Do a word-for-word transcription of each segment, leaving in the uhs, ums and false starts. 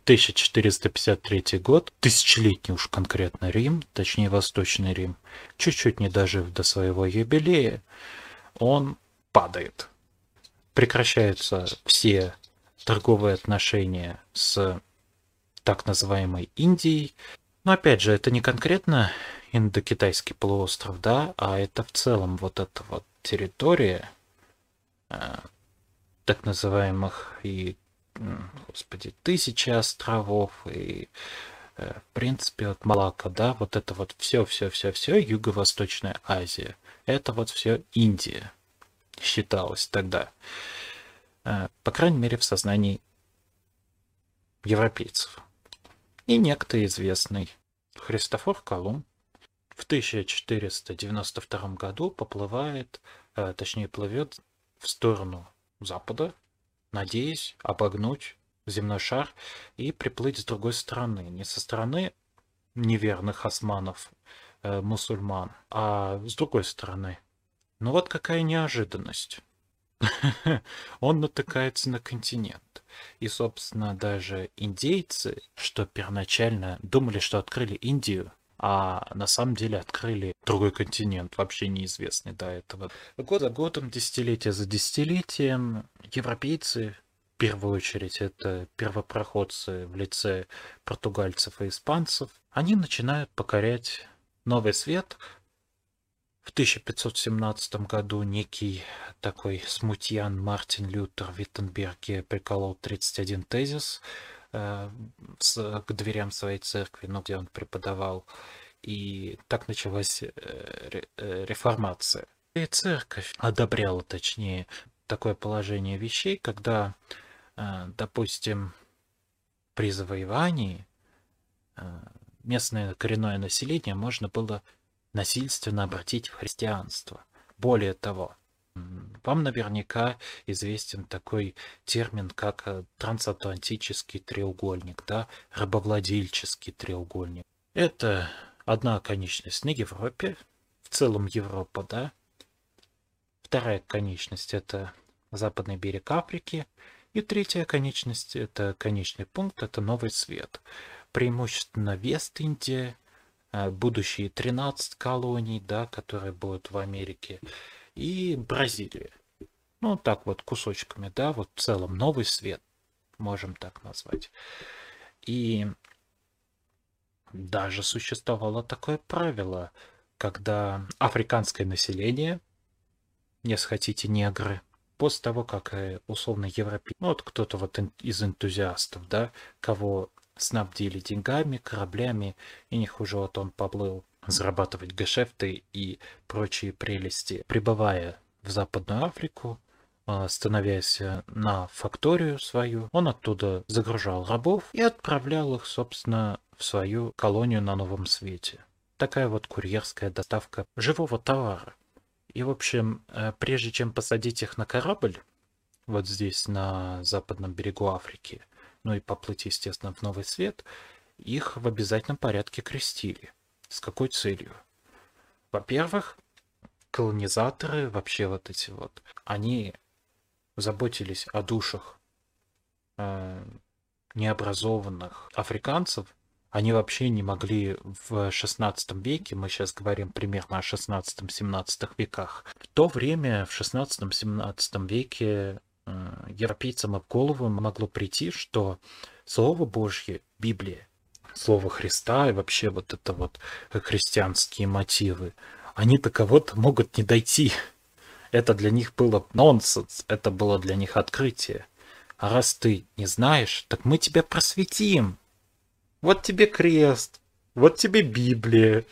тысяча четыреста пятьдесят третий год, тысячелетний уж конкретно Рим, точнее Восточный Рим, чуть-чуть не дожив до своего юбилея, он падает. Прекращаются все торговые отношения с так называемой Индией. Но опять же, это не конкретно Индокитайский полуостров, да, а это в целом вот эта вот территория э, так называемых и, господи, тысячи островов и, э, в принципе, вот Малакка, да, вот это вот все-все-все-все Юго-Восточная Азия. Это вот все Индия считалось тогда. Э, по крайней мере, в сознании европейцев. И некто известный Христофор Колумб в тысяча четыреста девяносто втором году поплывает, э, точнее плывет в сторону запада, надеясь обогнуть земной шар и приплыть с другой стороны. Не со стороны неверных османов, э, мусульман, а с другой стороны. Ну вот какая неожиданность. Он натыкается на континент. И, собственно, даже индейцы, что первоначально думали, что открыли Индию, а на самом деле открыли другой континент, вообще неизвестный до этого. Год за годом, десятилетие за десятилетием, европейцы, в первую очередь это первопроходцы в лице португальцев и испанцев, они начинают покорять Новый Свет. В тысяча пятьсот семнадцатом году некий такой смутьян Мартин Лютер в Виттенберге приколол тридцать один тезис э, с, к дверям своей церкви, ну, где он преподавал. И так началась э, ре, э, реформация. И церковь одобряла, точнее, такое положение вещей, когда, э, допустим, при завоевании э, местное коренное население можно было насильственно обратить в христианство. Более того, вам наверняка известен такой термин, как трансатлантический треугольник, да, рабовладельческий треугольник. Это одна конечность на Европе, в целом Европа, да. Вторая конечность — это западный берег Африки. И третья конечность — это конечный пункт, это Новый Свет. Преимущественно Вест-Индия, будущие тринадцать колоний, да, которые будут в Америке, и Бразилия. Ну, так вот, кусочками, да, вот в целом Новый Свет, можем так назвать. И даже существовало такое правило, когда африканское население, если хотите, негры, после того, как условно европейцы, ну, вот кто-то вот из энтузиастов, да, кого снабдили деньгами, кораблями, и не хуже вот он поплыл зарабатывать гешефты и прочие прелести. Прибывая в Западную Африку, становясь на факторию свою, он оттуда загружал рабов и отправлял их, собственно, в свою колонию на Новом Свете. Такая вот курьерская доставка живого товара. И, в общем, прежде чем посадить их на корабль, вот здесь, на западном берегу Африки, ну и поплыть, естественно, в Новый Свет, их в обязательном порядке крестили. С какой целью? Во-первых, колонизаторы, вообще вот эти вот, они заботились о душах э, необразованных африканцев. Они вообще не могли в шестнадцатом веке, мы сейчас говорим примерно о шестнадцатом-семнадцатом веках, в то время, в шестнадцатом-семнадцатом веке, европейцам и в голову могло прийти, что Слово Божье, Библия, Слово Христа и вообще вот это вот христианские мотивы, они до кого-то могут не дойти. Это для них было нонсенс, это было для них открытие. А раз ты не знаешь, так мы тебя просветим. Вот тебе крест, вот тебе Библия.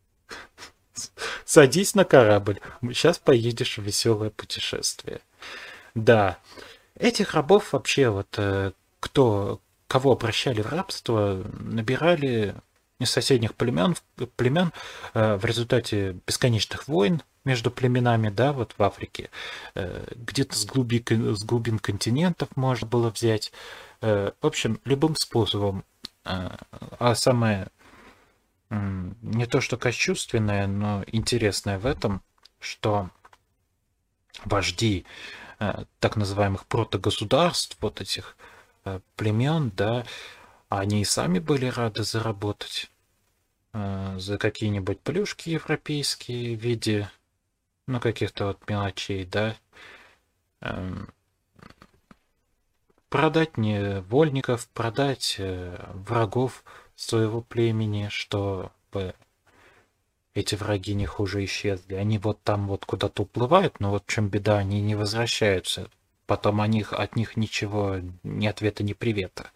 Садись на корабль, сейчас поедешь в веселое путешествие. Да, этих рабов вообще вот э, кто, кого обращали в рабство, набирали из соседних племен, племен э, в результате бесконечных войн между племенами, да, вот в Африке. Э, где-то с, глуби, с глубин континентов можно было взять. Э, в общем, любым способом. Э, а самое э, не то что кощунственное, но интересное в этом, что вожди так называемых протогосударств, вот этих племен, да, Они и сами были рады заработать э, за какие-нибудь плюшки европейские в виде, ну, каких-то вот мелочей, да. Эм, продать невольников, продать э, врагов своего племени, чтобы эти враги не хуже исчезли. Они вот там вот куда-то уплывают, но вот в чем беда, они не возвращаются. Потом о них, от них ничего, ни ответа, ни привета.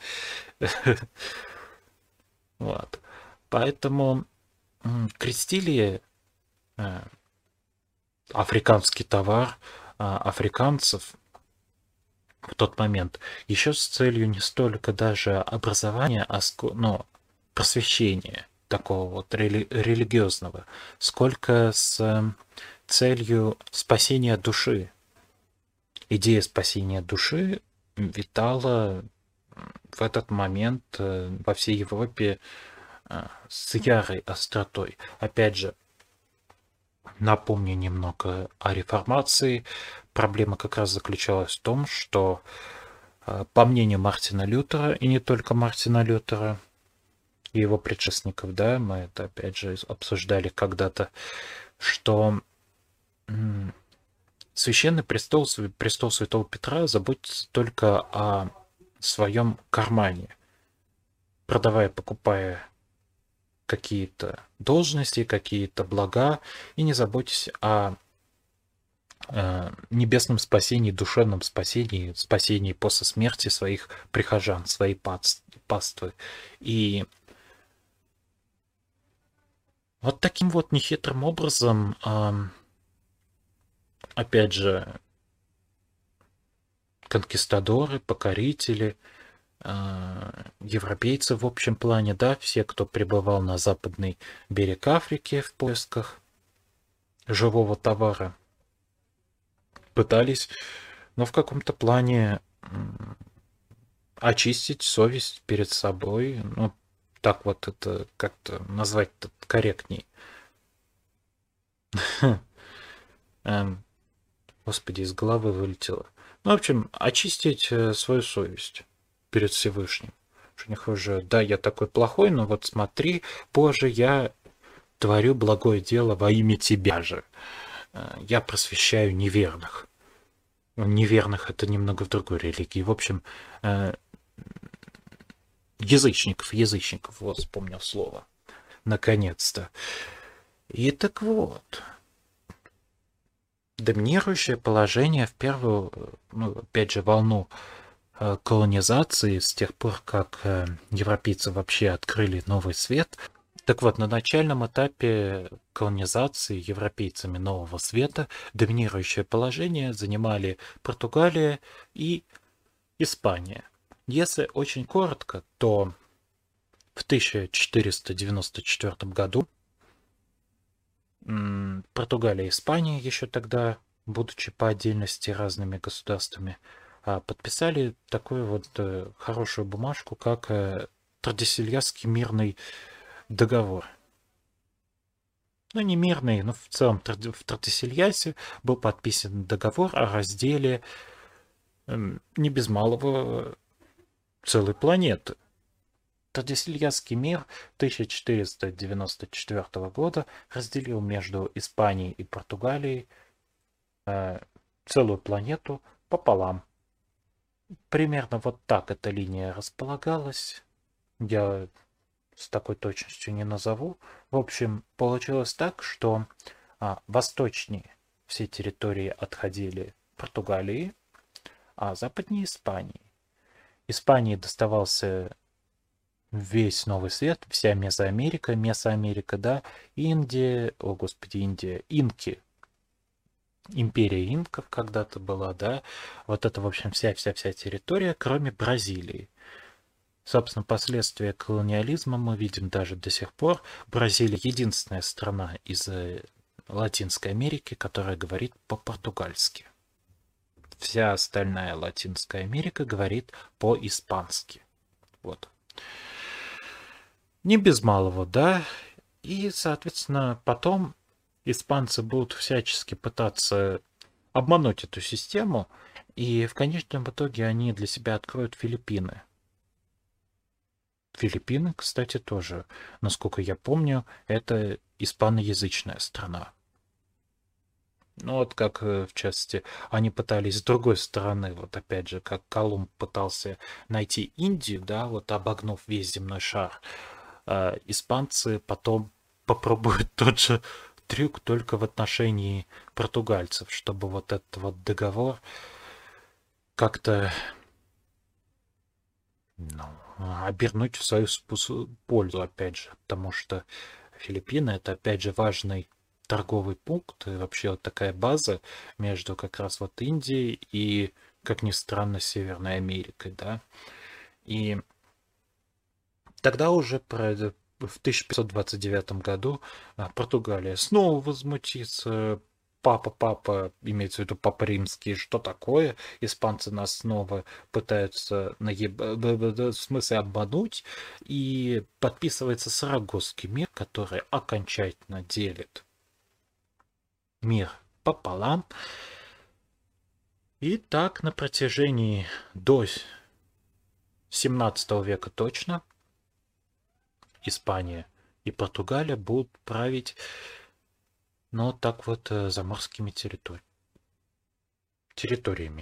Вот. Поэтому м, крестили э, африканский товар а, африканцев в тот момент еще с целью не столько даже образования, а ско- ну, просвещения такого вот рели- религиозного, сколько с э, целью спасения души. Идея спасения души витала в этот момент э, во всей Европе э, с ярой остротой. Опять же, напомню немного о реформации. Проблема как раз заключалась в том, что, э, по мнению Мартина Лютера, и не только Мартина Лютера, и его предшественников, да, мы это опять же обсуждали когда-то, что м, Священный престол, Св- престол Святого Петра заботится только о своем кармане, продавая, покупая какие-то должности, какие-то блага, и не заботьтесь о э, небесном спасении, душевном спасении, спасении после смерти своих прихожан, своей пац- паствы. И вот таким вот нехитрым образом, ам, опять же, конкистадоры, покорители, а, европейцы в общем плане, да, все, кто пребывал на западный берег Африки в поисках живого товара, пытались, но в каком-то плане м, очистить совесть перед собой, ну, так вот это как-то назвать-то корректней. Эм, Господи, из головы вылетело. Ну, в общем, очистить э, свою совесть перед Всевышним. Что у них уже, да, я такой плохой, но вот смотри, Боже, я творю благое дело во имя Тебя же. Э, Я просвещаю неверных. Ну, неверных это немного в другой религии. В общем, э, язычников, язычников, вот вспомнил слово. Наконец-то. И так вот, доминирующее положение в первую, э, ну, опять же, волну э, колонизации с тех пор, как э, европейцы вообще открыли новый свет. Так вот, на начальном этапе колонизации европейцами нового света доминирующее положение занимали Португалия и Испания. Если очень коротко, то в тысяча четыреста девяносто четвёртом году м, Португалия и Испания, еще тогда, будучи по отдельности разными государствами, а, подписали такую вот э, хорошую бумажку, как э, Традисильяский мирный договор. Ну, не мирный, но в целом Тради- в Традисильясе был подписан договор о разделе эм, не без малого целой планеты. Традисильяский мир тысяча четыреста девяносто четвёртого года разделил между Испанией и Португалией э, целую планету пополам. Примерно вот так эта линия располагалась. Я с такой точностью не назову. В общем, получилось так, что а, восточнее все территории отходили Португалии, а западнее Испании. Испании доставался весь Новый Свет, вся Мезоамерика, Месоамерика, да, Индия, о господи, Индия, инки, империя инков когда-то была, да, вот это, в общем, вся-вся-вся территория, кроме Бразилии. Собственно, последствия колониализма мы видим даже до сих пор. Бразилия единственная страна из э, Латинской Америки, которая говорит по-португальски. Вся остальная Латинская Америка говорит по-испански. Вот. Не без малого, да. И, соответственно, потом испанцы будут всячески пытаться обмануть эту систему, и в конечном итоге они для себя откроют Филиппины. Филиппины, кстати, тоже, насколько я помню, это испаноязычная страна. Ну вот как, э, в частности, они пытались с другой стороны, вот опять же, как Колумб пытался найти Индию, да, вот обогнув весь земной шар, а испанцы потом попробуют тот же трюк только в отношении португальцев, чтобы вот этот вот договор как-то, ну, обернуть в свою спус- пользу, опять же, потому что Филиппины это, опять же, важный торговый пункт, и вообще вот такая база между как раз вот Индией и, как ни странно, Северной Америкой, да. И тогда уже про- в тысяча пятьсот двадцать девятом году а, Португалия снова возмутится. Папа, папа, имеется в виду папа римский, что такое? Испанцы нас снова пытаются наеб... б- б- б- в смысле обмануть. И подписывается Сарагосский мир, который окончательно делит мир пополам. И так на протяжении до семнадцатого века точно Испания и Португалия будут править, но так вот э, заморскими территори- территориями.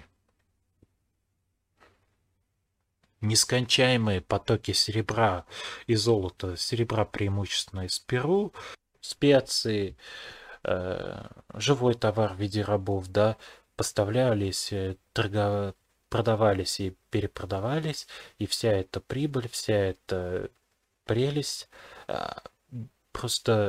Нескончаемые потоки серебра и золота, серебра преимущественно из Перу, специи, э, живой товар в виде рабов, да, поставлялись, э, торго- продавались и перепродавались, и вся эта прибыль, вся эта прелесть а, просто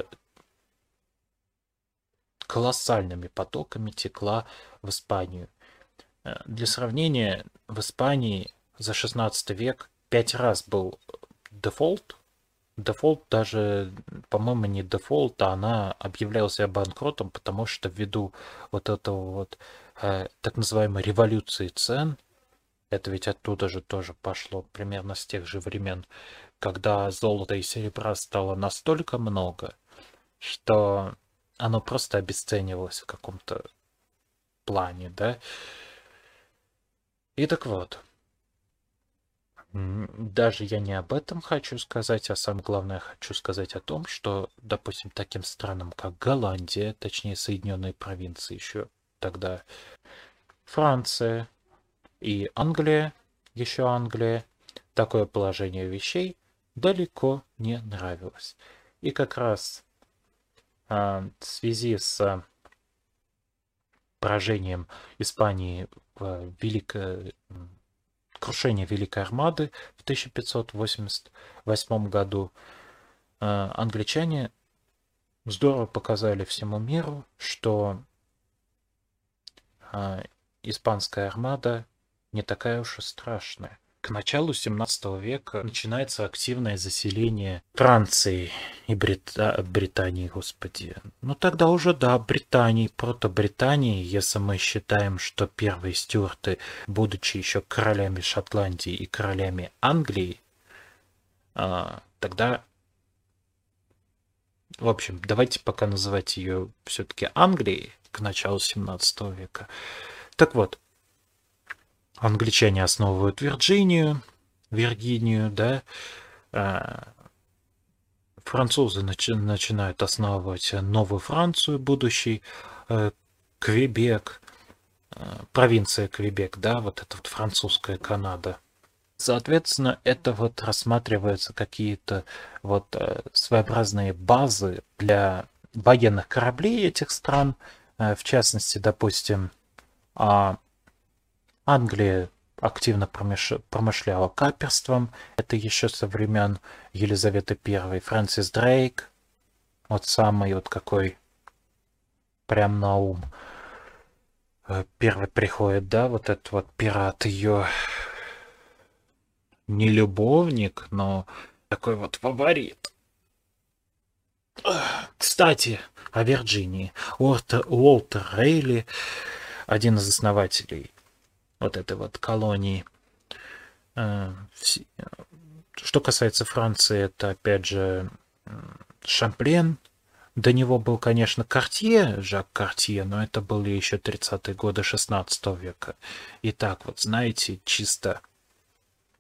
колоссальными потоками текла в Испанию. Э, Для сравнения, в Испании за шестнадцатый век пять раз был дефолт. Дефолт даже, по-моему, не дефолт, а она объявляла себя банкротом, потому что ввиду вот этого вот э, так называемой революции цен, это ведь оттуда же тоже пошло, примерно с тех же времен, когда золота и серебра стало настолько много, что оно просто обесценивалось в каком-то плане, да. И так вот, м, даже я не об этом хочу сказать, а самое главное, хочу сказать о том, что, допустим, таким странам, как Голландия, точнее, Соединенные провинции еще тогда, Франция и Англия, еще Англия, такое положение вещей далеко не нравилось. И как раз а, в связи с поражением Испании в Великой крушение Великой Армады в тысяча пятьсот восемьдесят восьмом году э, англичане здорово показали всему миру, что э, испанская армада не такая уж и страшная. К началу семнадцатого века начинается активное заселение Франции и Брита... Британии, господи. Ну тогда уже, да, Британии, прото-Британии, если мы считаем, что первые стюарты, будучи еще королями Шотландии и королями Англии, а, тогда, в общем, давайте пока называть ее все-таки Англией к началу семнадцатого века. Так вот, англичане основывают Вирджинию, Виргинию, да, а, французы начи- начинают основывать новую Францию, будущий э, Квебек, э, провинция Квебек, да, вот это вот французская Канада. Соответственно, это вот рассматриваются какие-то вот э, своеобразные базы для военных кораблей этих стран, э, в частности, допустим, а, Англия активно промеш- промышляла каперством. Это еще со времен Елизаветы Первой. Фрэнсис Дрейк, вот самый вот какой прям на ум э, первый приходит, да, вот этот вот пират ее не любовник, но такой вот фаворит. Кстати, о Вирджинии. Уолтер, Уолтер Рейли, один из основателей вот этой вот колонии. Э, вс- Что касается Франции, это опять же м, Шамплен. До него был, конечно, Картье, Жак Картье, но это были еще тридцатые годы шестнадцатого века. И так вот, знаете, чисто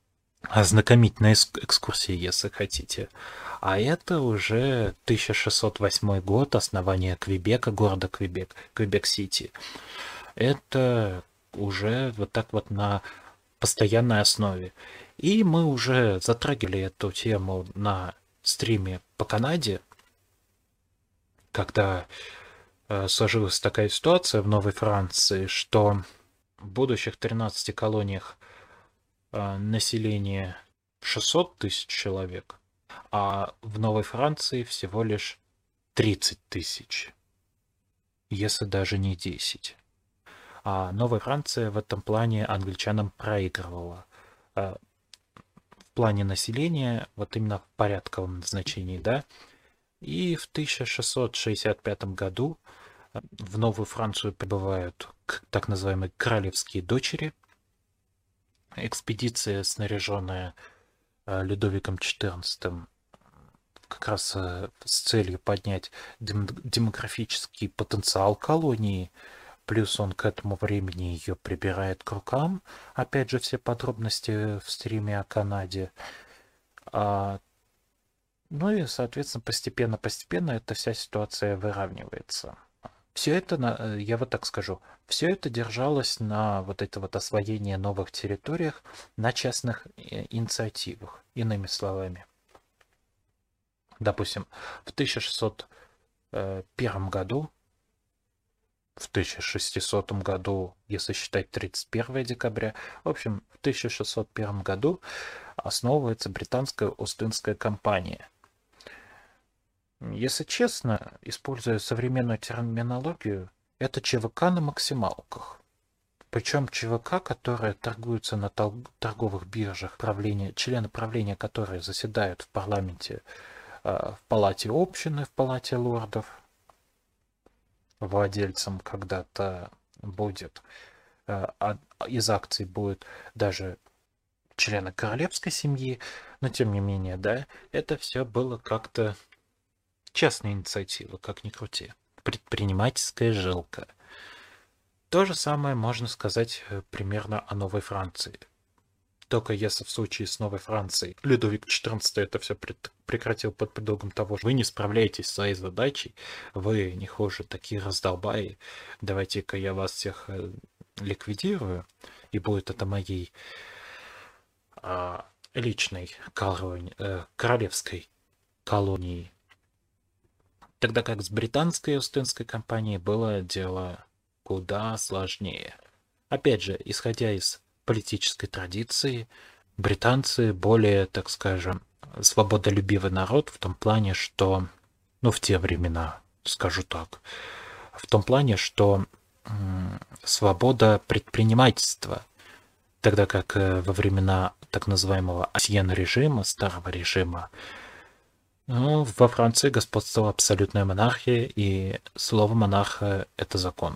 ознакомительная экскурсия, если хотите. А это уже тысяча шестьсот восьмой год, основание Квебека, города Квебек, Квебек-Сити. Это уже вот так вот на постоянной основе. И мы уже затрагивали эту тему на стриме по Канаде, когда э, сложилась такая ситуация в Новой Франции, что в будущих тринадцати колониях э, население шестьсот тысяч человек, а в Новой Франции всего лишь тридцать тысяч, если даже не десять. А Новая Франция в этом плане англичанам проигрывала. В плане населения, вот именно в порядковом значении, да. И в тысяча шестьсот шестьдесят пятом году в Новую Францию прибывают так называемые королевские дочери. Экспедиция, снаряженная Людовиком четырнадцатым, как раз с целью поднять демографический потенциал колонии. Плюс он к этому времени ее прибирает к рукам. Опять же, все подробности в стриме о Канаде. А, ну и, соответственно, постепенно-постепенно эта вся ситуация выравнивается. Все это, я вот так скажу, все это держалось на вот это вот освоение новых территориях, на частных инициативах, иными словами. Допустим, в тысяча шестьсот первом году, в тысяча шестисотом году, если считать тридцать первое декабря, в общем, в тысяча шестьсот первом году основывается британская Ост-Индская компания. Если честно, используя современную терминологию, это ЧВК на максималках. Причем ЧВК, которые торгуются на торговых биржах, правления, члены правления, которые заседают в парламенте, в палате общины, в палате лордов, владельцем когда-то будет, а из акций будет даже члены королевской семьи, но тем не менее, да, это все было как-то частная инициатива, как ни крути, предпринимательская жилка. То же самое можно сказать примерно о Новой Франции. Только если в случае с Новой Францией Людовик четырнадцатый это все прекратил под предлогом того, что вы не справляетесь с своей задачей, вы не хуже такие раздолбаи, давайте-ка я вас всех ликвидирую, и будет это моей а, личной колонии, э, королевской колонии. Тогда как с британской Ост-Индской компанией было дело куда сложнее. Опять же, исходя из политической традиции, британцы более, так скажем, свободолюбивый народ в том плане, что, ну, в те времена, скажу так, в том плане, что м, свобода предпринимательства, тогда как э, во времена так называемого асьен-режима, старого режима, ну, во Франции господствовала абсолютная монархия, и слово монарха – это закон.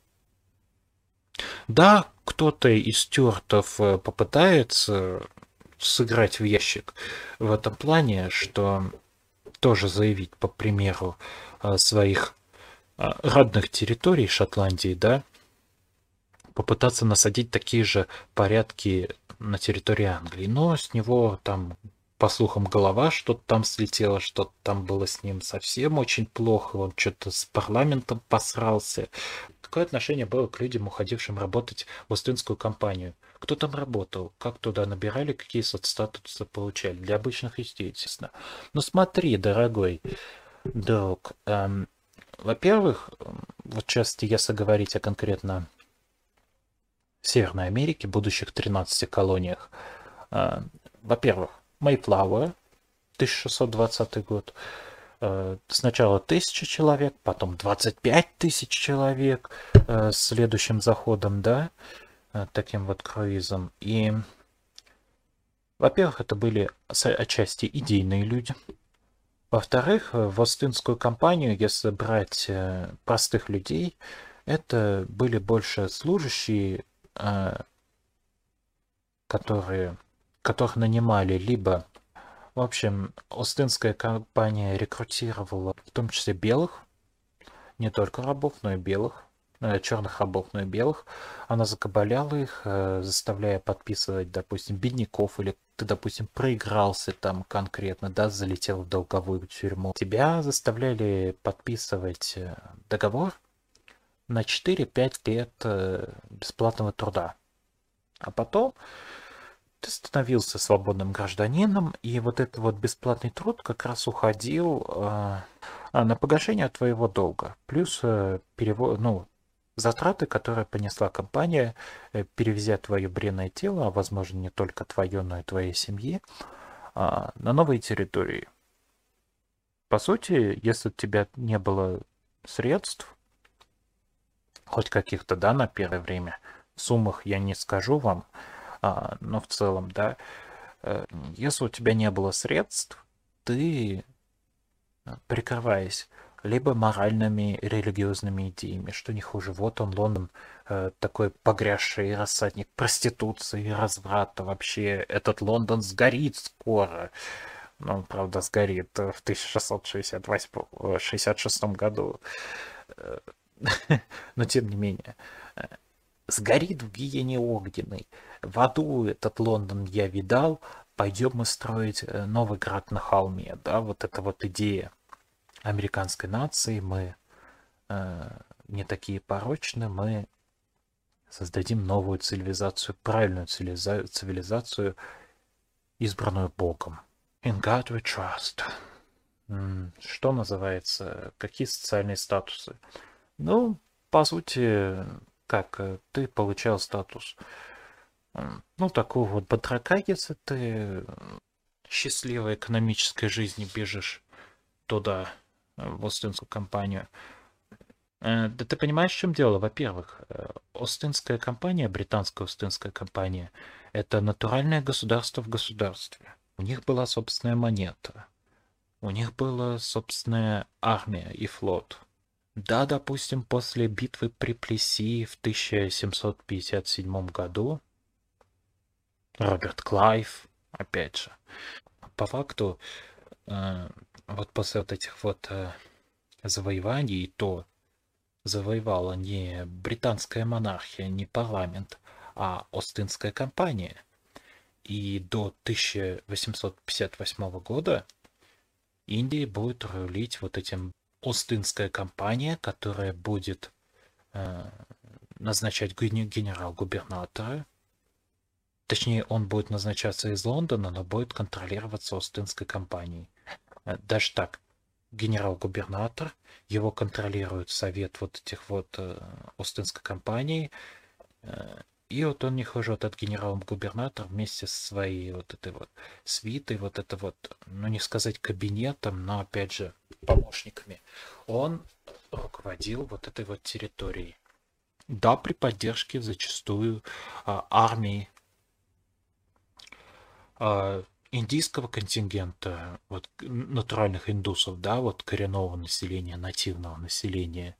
Да, кто-то из стюартов попытается сыграть в ящик в этом плане, что тоже заявить, по примеру, своих родных территорий Шотландии, да, попытаться насадить такие же порядки на территории Англии. Но с него там, по слухам, голова что-то там слетело, что-то там было с ним совсем очень плохо, он что-то с парламентом посрался. Какое отношение было к людям, уходившим работать в Ост-Индскую компанию? Кто там работал? Как туда набирали? Какие соцстатусы получали? Для обычных, естественно. Ну смотри, дорогой друг, эм, во-первых, вот сейчас, если говорить о конкретно Северной Америке, будущих тринадцати колониях, э, во-первых, Мэйфлауэр, тысяча шестьсот двадцатый год, сначала тысяча человек, потом двадцать пять тысяч человек э, с следующим заходом, да, э, таким вот круизом. И, во-первых, это были отчасти идейные люди. Во-вторых, в Ост-Индскую компанию, если брать э, простых людей, это были больше служащие, э, которые, которых нанимали либо... В общем, Ост-Индская компания рекрутировала в том числе белых, не только рабов, но и белых, черных рабов, но и белых. Она закабаляла их, э, заставляя подписывать, допустим, бедняков, или ты, допустим, проигрался там конкретно, да, залетел в долговую тюрьму. Тебя заставляли подписывать э, договор на четыре-пять лет э, бесплатного труда. А потом ты становился свободным гражданином, и вот этот вот бесплатный труд как раз уходил э, на погашение твоего долга. Плюс э, перевод, ну, затраты, которые понесла компания, э, перевезя твое бренное тело, а возможно не только твое, но и твоей семьи, э, на новые территории. По сути, если у тебя не было средств, хоть каких-то, да, на первое время, в суммах я не скажу вам, а, но в целом, да, э, если у тебя не было средств, ты, э, прикрываясь либо моральными, религиозными идеями, что не хуже, вот он, Лондон, э, такой погрязший рассадник проституции, разврата, вообще этот Лондон сгорит скоро. Ну, он, правда, сгорит в тысяча шестьсот шестьдесят восьмом, шестьдесят шестом году. Э, Но тем не менее, э, сгорит в гиене огненной. В аду этот Лондон я видал. Пойдем мы строить э, новый град на холме. Да, вот эта вот идея американской нации. Мы э, не такие порочные. Мы создадим новую цивилизацию, правильную цивилиза- цивилизацию, избранную Богом. In God we trust. М, Что называется? Какие социальные статусы? Ну, по сути, как э, ты получал статус, м, ну, такого вот батрака, если ты э, счастливой экономической жизни бежишь туда, э, в Остинскую компанию. Э, Да ты понимаешь, в чем дело? Во-первых, э, Остинская компания, британская Остинская компания, это натуральное государство в государстве. У них была собственная монета, у них была собственная армия и флот. Да, допустим, после битвы при Плесси в тысяча семьсот пятьдесят седьмом году Роберт Клайв, опять же, по факту, э, вот после вот этих вот э, завоеваний, то завоевала не британская монархия, не парламент, а Остинская компания. И до тысяча восемьсот пятьдесят восьмого года Индией будет рулить вот этим Остинская компания, которая будет э, назначать ген- генерал-губернатора. Точнее, он будет назначаться из Лондона, но будет контролироваться Остинской компанией. Э, Даже так, генерал-губернатор, его контролирует совет вот этих вот э, Остинской компании, э, и вот он не хуже вот этот генерал-губернатор вместе со своей вот этой вот свитой, вот это вот, ну не сказать кабинетом, но опять же помощниками, он руководил вот этой вот территорией. Да, при поддержке зачастую а, армии а, индийского контингента, вот к- натуральных индусов, да, вот коренного населения, нативного населения,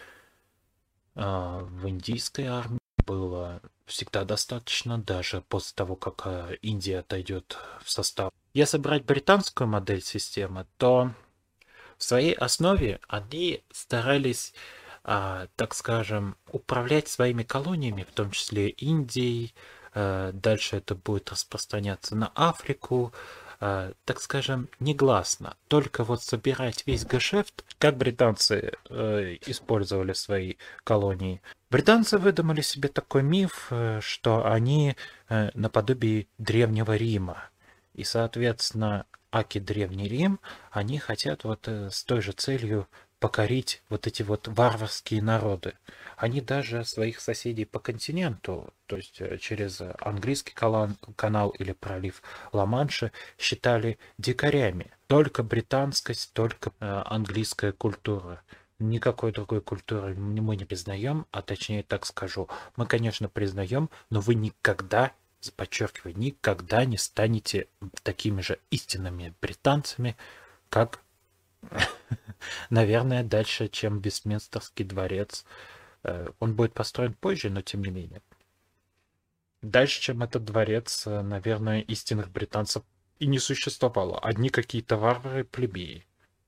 а, в индийской армии было всегда достаточно, даже после того, как а, Индия отойдет в состав. Если брать британскую модель системы, то в своей основе они старались, а, так скажем, управлять своими колониями, в том числе Индией. Э, Дальше это будет распространяться на Африку, э, так скажем, негласно. Только вот собирать весь гешефт, как британцы э, использовали свои колонии. Британцы выдумали себе такой миф, э, что они э, наподобие Древнего Рима. И, соответственно, Аки Древний Рим, они хотят вот э, с той же целью покорить вот эти вот варварские народы. Они даже своих соседей по континенту, то есть э, через английский кала- канал или пролив Ла-Манша, считали дикарями. Только британскость, только э, английская культура. Никакой другой культуры мы не признаем, а точнее так скажу. Мы, конечно, признаем, но вы никогда, подчеркиваю, никогда не станете такими же истинными британцами, как, наверное, дальше, чем Вестминстерский дворец. Э, Он будет построен позже, но тем не менее. Дальше, чем этот дворец, э, наверное, истинных британцев и не существовало. Одни какие-то варвары, плебеи.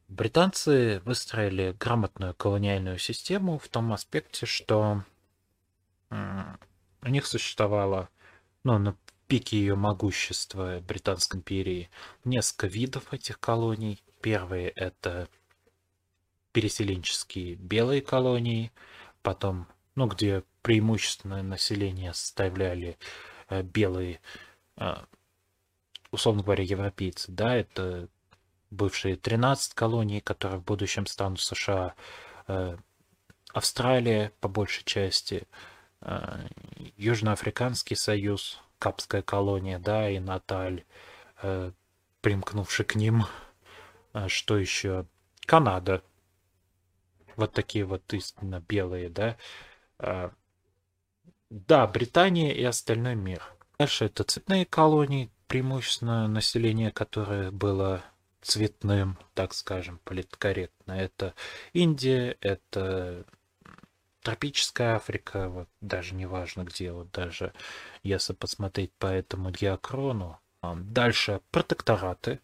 Британцы выстроили грамотную колониальную систему в том аспекте, что м, у них существовало, ну, на пике ее могущества Британской империи несколько видов этих колоний. Первые — это переселенческие белые колонии, потом, ну, где преимущественное население составляли э, белые, э, условно говоря, европейцы, да, это бывшие тринадцать колоний, которые в будущем станут США, э, Австралия по большей части, э, Южноафриканский союз, Капская колония, да, и Наталь, э, примкнувший к ним. А что еще? Канада. Вот такие вот истинно белые, да. А, да, Британия и остальной мир. Дальше это цветные колонии, преимущественно население, которое было цветным, так скажем, политкорректно. Это Индия, это тропическая Африка, вот даже неважно где, вот даже если посмотреть по этому диакрону. А, Дальше протектораты.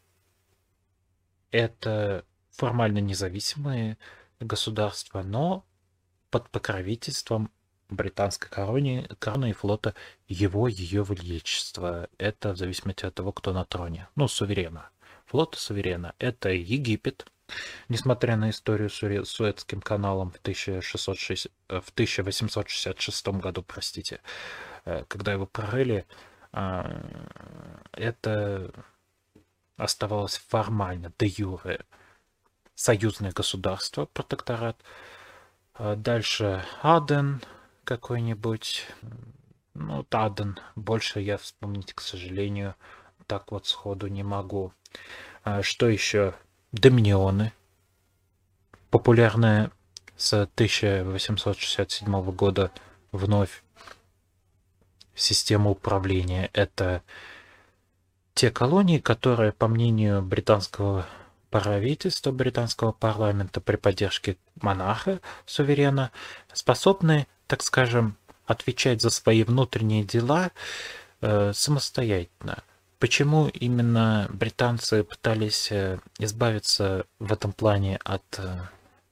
Это формально независимые государства, но под покровительством британской короны, короны и флота его, ее величества. Это в зависимости от того, кто на троне. Ну, суверена. Флота суверена. Это Египет. Несмотря на историю с Суэ- Суэцким каналом в, тысяча шестьсот шестьдесят, э, в тысяча восемьсот шестьдесят шестом году, простите, э, когда его прорыли, а, это оставалось формально, де юре, союзное государство, протекторат. А Дальше Аден какой-нибудь. Ну, вот Аден. Больше я вспомнить, к сожалению, так вот сходу не могу. А Что еще? Доминионы. Популярная с тысяча восемьсот шестьдесят седьмого года вновь система управления. Это те колонии, которые, по мнению британского правительства, британского парламента при поддержке монарха, суверена, способны, так скажем, отвечать за свои внутренние дела э, самостоятельно. Почему именно британцы пытались э, избавиться в этом плане от, э,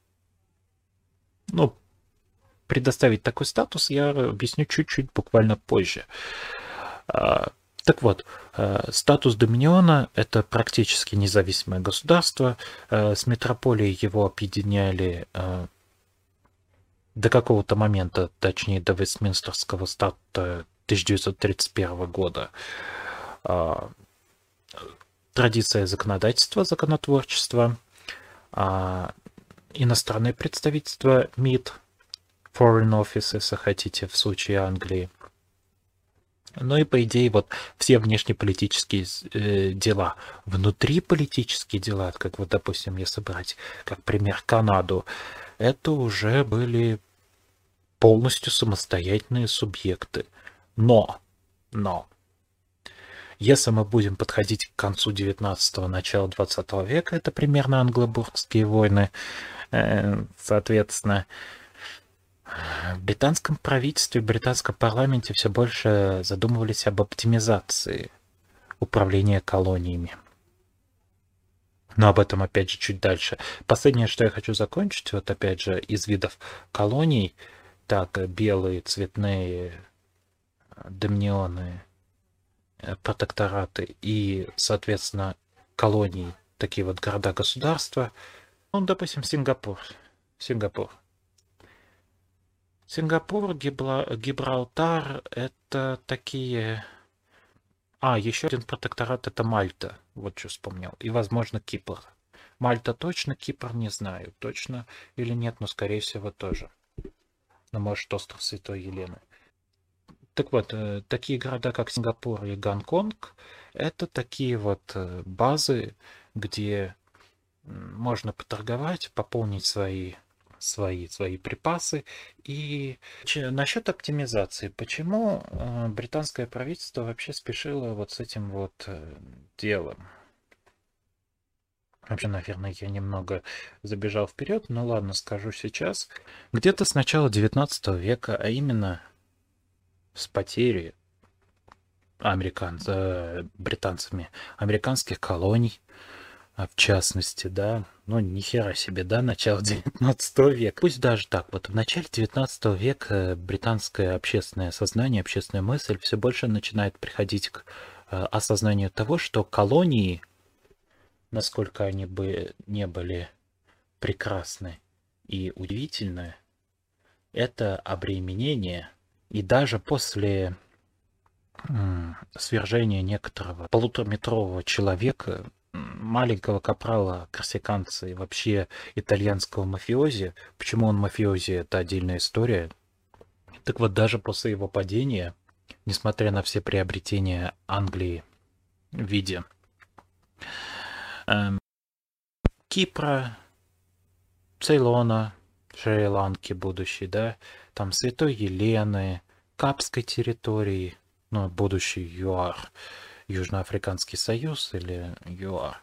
ну, предоставить такой статус, я объясню чуть-чуть буквально позже. А, Так вот, э, статус доминиона — это практически независимое государство. Э, С метрополией его объединяли э, до какого-то момента, точнее до Вестминстерского статута тысяча девятьсот тридцать первого года. А, Традиция законодательства, законотворчества, а, иностранное представительство МИД, Foreign Office, если хотите, в случае Англии. Ну и, по идее, вот все внешнеполитические э, дела, внутриполитические дела, как вот, допустим, если брать как пример Канаду, это уже были полностью самостоятельные субъекты. Но, но, если мы будем подходить к концу девятнадцатого, начала двадцатого века, это примерно англо-бургские войны, э, соответственно, в британском правительстве, в британском парламенте все больше задумывались об оптимизации управления колониями. Но об этом опять же чуть дальше. Последнее, что я хочу закончить, вот опять же из видов колоний, так, белые, цветные, доминионы, э, протектораты и, соответственно, колонии, такие вот города-государства. Ну, допустим, Сингапур. Сингапур. Сингапур, Гибла- Гибралтар — это такие... А, еще один протекторат — это Мальта. Вот что вспомнил. И, возможно, Кипр. Мальта точно, Кипр не знаю, точно или нет, но, скорее всего, тоже. Ну, может, остров Святой Елены. Так вот, э, такие города, как Сингапур и Гонконг, это такие вот э, базы, где м, можно поторговать, пополнить свои свои свои припасы. И че- насчет оптимизации, почему э, британское правительство вообще спешило вот с этим вот э, делом? Вообще, наверное, я немного забежал вперед, но ладно, скажу сейчас. Где-то с начала девятнадцатого века, а именно с потери американ... э, британцами американских колоний, в частности, да, ну, ни хера себе, да, начало девятнадцатого века. Пусть даже так, вот в начале девятнадцатого века британское общественное сознание, общественная мысль все больше начинает приходить к осознанию того, что колонии, насколько они бы не были прекрасны и удивительны, это обременение, и даже после свержения некоторого полутораметрового человека, маленького капрала корсиканца и вообще итальянского мафиози. Почему он мафиози, это отдельная история. Так вот, даже после его падения, несмотря на все приобретения Англии в виде эм, Кипра, Цейлона, Шри-Ланки будущей, да, там Святой Елены, Капской территории, ну, будущий ЮАР, Южноафриканский союз или ЮАР,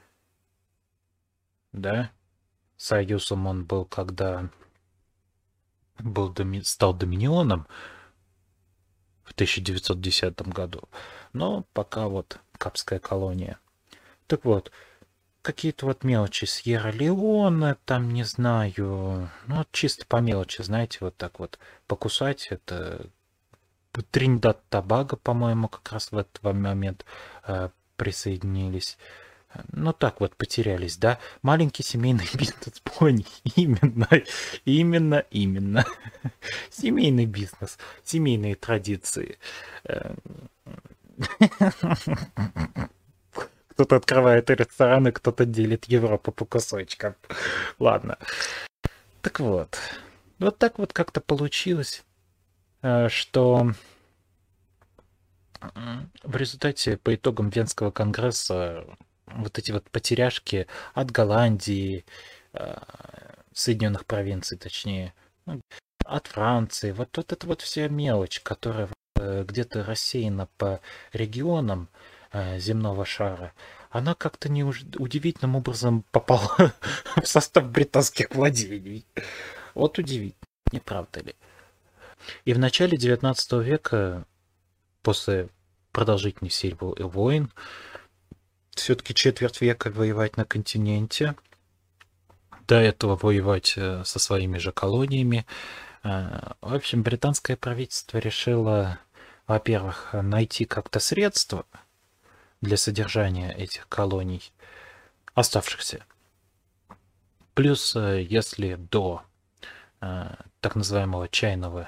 да, союзом он был, когда был, стал доминионом в тысяча девятьсот десятом году, но пока вот Капская колония. Так вот, какие-то вот мелочи, Сьерра-Леоне, там, не знаю, ну, вот чисто по мелочи, знаете, вот так вот покусать, это Триндад-Тобаго, по-моему, как раз в этот момент э, присоединились. Ну, так вот, потерялись, да? Маленький семейный бизнес, пони, именно, именно, именно. Семейный бизнес, семейные традиции. Кто-то открывает рестораны, кто-то делит Европу по кусочкам. Ладно. Так вот. Вот так вот как-то получилось, что в результате по итогам Венского конгресса вот эти вот потеряшки от Голландии, Соединенных провинций, точнее, от Франции, вот, вот это вот вся мелочь, которая где-то рассеяна по регионам земного шара, она как-то не удивительным образом попала в состав британских владений. Вот удивительно, не правда ли? И в начале девятнадцатого века, после продолжительных серий войн, все-таки четверть века воевать на континенте, до этого воевать со своими же колониями. В общем, британское правительство решило, во-первых, найти как-то средства для содержания этих колоний, оставшихся. Плюс, если до так называемого чайного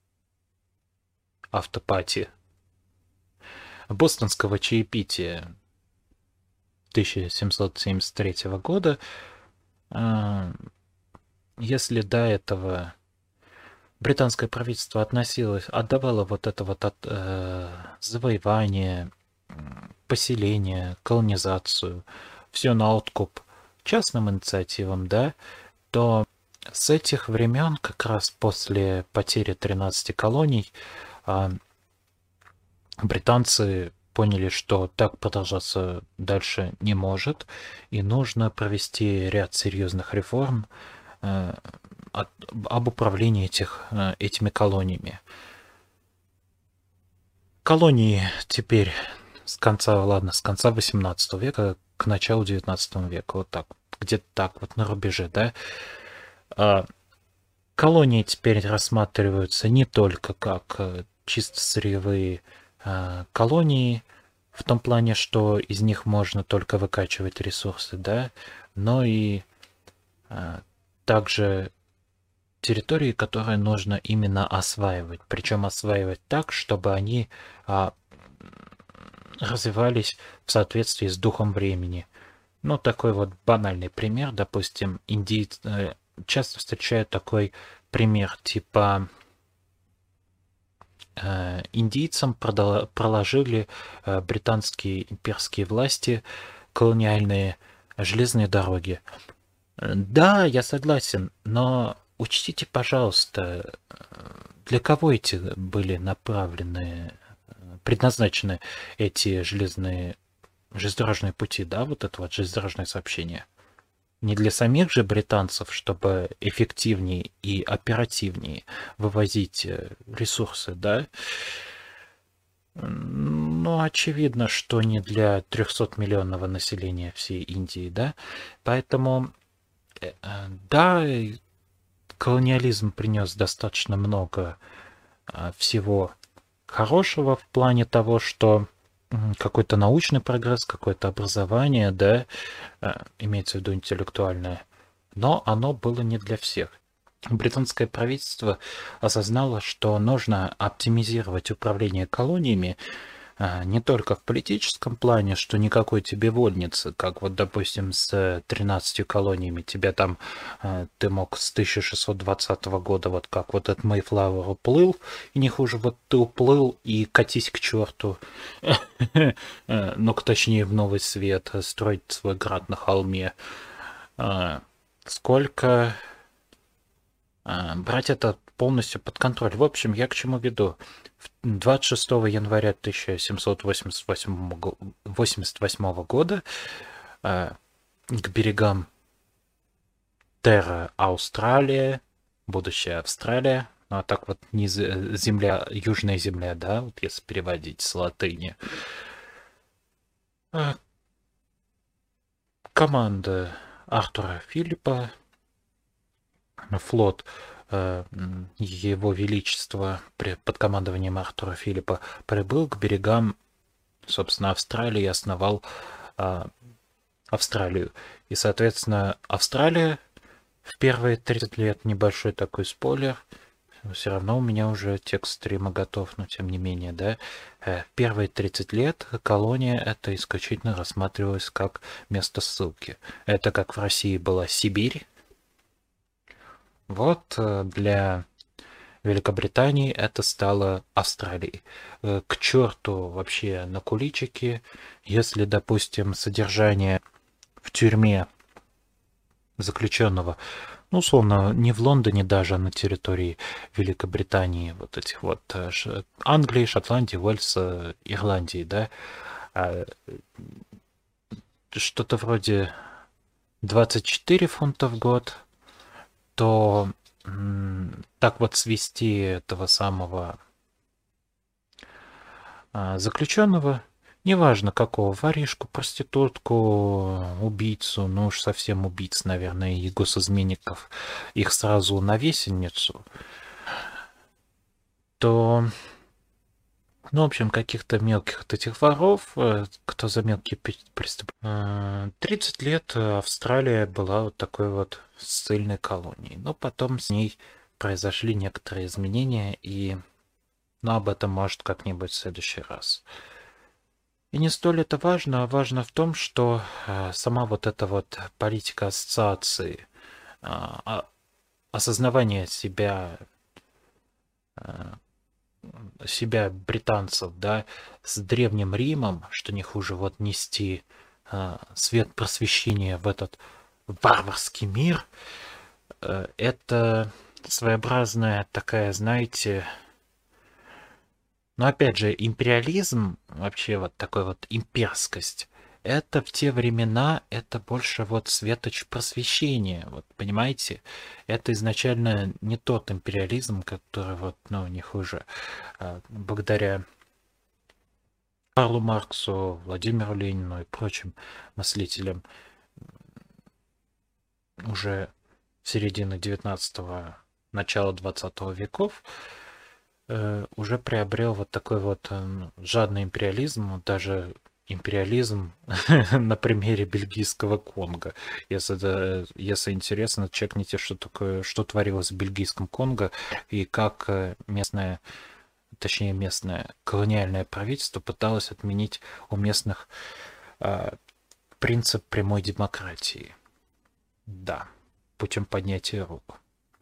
автопати, бостонского чаепития тысяча семьсот семьдесят третьего года, если до этого британское правительство относилось, отдавало вот это вот от, э, завоевание, поселение, колонизацию, все на откуп частным инициативам, да, то с этих времен, как раз после потери тринадцати колоний, э, британцы поняли, что так продолжаться дальше не может, и нужно провести ряд серьезных реформ э, от, об управлении этих, э, этими колониями. Колонии теперь с конца, ладно, с конца восемнадцатого века к началу девятнадцатого века, вот так, где-то так вот на рубеже, да. А колонии теперь рассматриваются не только как чисто сырьевые колонии, в том плане, что из них можно только выкачивать ресурсы, да, но и а, также территории, которые нужно именно осваивать, причем осваивать так, чтобы они а, развивались в соответствии с духом времени. Ну, такой вот банальный пример, допустим, индийцы часто встречают такой пример, типа индийцам проложили британские имперские власти колониальные железные дороги. Да, я согласен, но учтите, пожалуйста, для кого эти были направлены, предназначены эти железные железнодорожные пути, да, вот это вот железнодорожное сообщение. Не для самих же британцев, чтобы эффективнее и оперативнее вывозить ресурсы, да, Ну, очевидно, что не для трехсотмиллионного населения всей Индии, да? Поэтому, э, э, да, и колониализм принес достаточно много а, всего хорошего в плане того, что м, какой-то научный прогресс, какое-то образование, да, а, имеется в виду интеллектуальное, но оно было не для всех. Британское правительство осознало, что нужно оптимизировать управление колониями а, не только в политическом плане, что никакой тебе вольницы, как вот, допустим, с тринадцатью колониями, тебя там, а, ты мог с тысяча шестьсот двадцатого года, вот как вот этот Мейфлауэр уплыл, и не хуже, вот ты уплыл и катись к черту, ну, точнее, в новый свет, строить свой град на холме. А, Сколько а, брать это полностью под контроль. В общем, я к чему веду. двадцать шестого января тысяча семьсот восемьдесят восьмого года а, к берегам Терра Австралия, будущая Австралия, ну а так вот не земля, южная земля, да, вот если переводить с латыни, а, команда Артура Филиппа, флот э, Его Величества под командованием Артура Филиппа прибыл к берегам, собственно, Австралии и основал а, Австралию. И, соответственно, Австралия в первые тридцать лет, небольшой такой спойлер, все равно у меня уже текст стрима готов, но тем не менее, да, э, первые тридцать лет колония это исключительно рассматривалось как место ссылки. Это как в России была Сибирь. Вот для Великобритании это стало Австралией. К черту вообще на куличики, если, допустим, содержание в тюрьме заключенного, ну, условно, не в Лондоне даже, а на территории Великобритании, вот этих вот Англии, Шотландии, Уэльса, Ирландии, да, что-то вроде двадцать четыре фунта в год, то так вот свести этого самого а, заключенного, неважно какого, воришку, проститутку, убийцу, ну уж совсем убийц, наверное, и госизменников, их сразу на весельницу, то, ну, в общем, каких-то мелких вот этих воров, кто за мелкие преступления, тридцать лет Австралия была вот такой вот ссыльной колонией, но потом с ней произошли некоторые изменения, и, но об этом, может, как-нибудь в следующий раз. И не столь это важно, а важно в том, что э, сама вот эта вот политика ассоциации, э, осознавание себя, э, себя британцев, да, с Древним Римом, что не хуже вот нести э, свет просвещения в этот варварский мир, э, это своеобразная такая, знаете, но опять же, империализм, вообще вот такой вот имперскость, это в те времена, это больше вот светоч просвещения, вот понимаете? Это изначально не тот империализм, который вот, ну, не хуже, а, благодаря Карлу Марксу, Владимиру Ленину и прочим мыслителям уже середины девятнадцатого, начала двадцатого веков, уже приобрел вот такой вот жадный империализм, даже империализм на примере бельгийского Конго. Если, если интересно, чекните, что такое, что творилось в бельгийском Конго и как местное, точнее местное колониальное правительство пыталось отменить у местных а, принцип прямой демократии. Да, путем поднятия рук.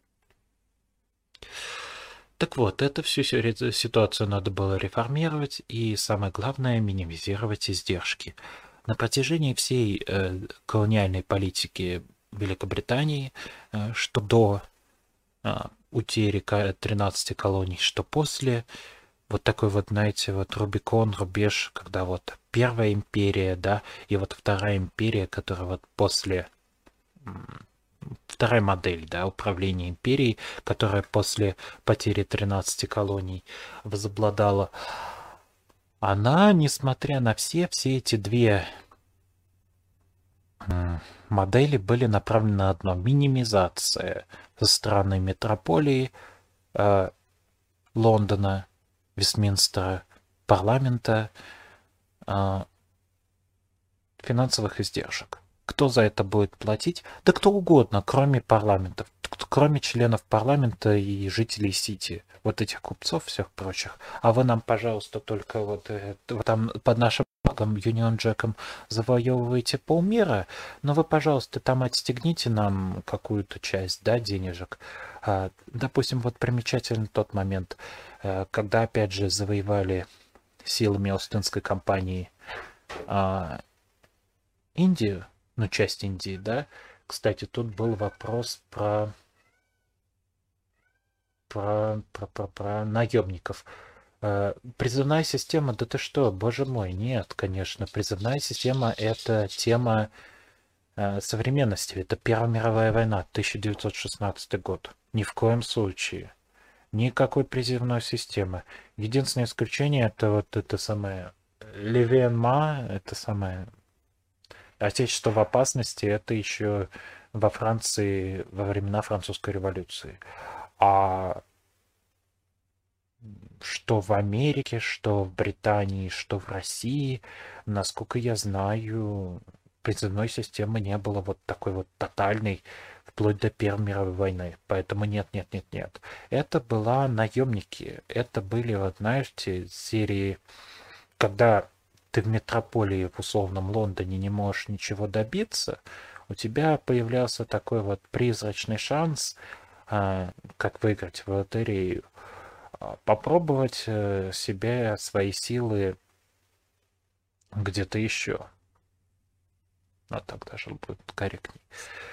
Так вот, эту всю ситуацию надо было реформировать и, самое главное, минимизировать издержки. На протяжении всей э, колониальной политики Великобритании, э, что до э, утери тринадцати колоний, что после, вот такой вот, знаете, вот Рубикон, рубеж, когда вот Первая империя, да, и вот Вторая империя, которая вот после... Вторая модель, да, управления империей, которая после потери тринадцати колоний возобладала. она, несмотря на все, все эти две модели были направлены на одно: минимизация со стороны метрополии э, Лондона, Вестминстера, парламента, э, финансовых издержек. Кто за это будет платить? Да кто угодно, кроме парламентов, кроме членов парламента и жителей Сити, вот этих купцов, всех прочих. А вы нам, пожалуйста, только вот, э, вот там под нашим флагом Union Jack'ом завоевываете полмира, но вы, пожалуйста, там отстегните нам какую-то часть, да, денежек. А, допустим, вот примечательный тот момент, э, когда, опять же, завоевали силами Остинской компании а, Индию, ну, часть Индии, да. Кстати, тут был вопрос про про, про, про, про наемников. Э, Призывная система, да ты что, боже мой, нет, конечно. Призывная система — это тема э, современности. Это Первая мировая война, тысяча девятьсот шестнадцатый год. Ни в коем случае. Никакой призывной системы. Единственное исключение — это вот это самое Левенма, это самое Отечество в опасности, это еще во Франции во времена Французской революции. А что в Америке, что в Британии, что в России, насколько я знаю, призывной системы не было вот такой вот тотальной вплоть до Первой мировой войны. Поэтому нет, нет, нет, нет. Это была наемники. Это были, вот знаете, серии, когда ты в метрополии в условном Лондоне не можешь ничего добиться, у тебя появлялся такой вот призрачный шанс, а, как выиграть в лотерею, а, попробовать э, себя, свои силы где-то еще. А так даже будет корректней.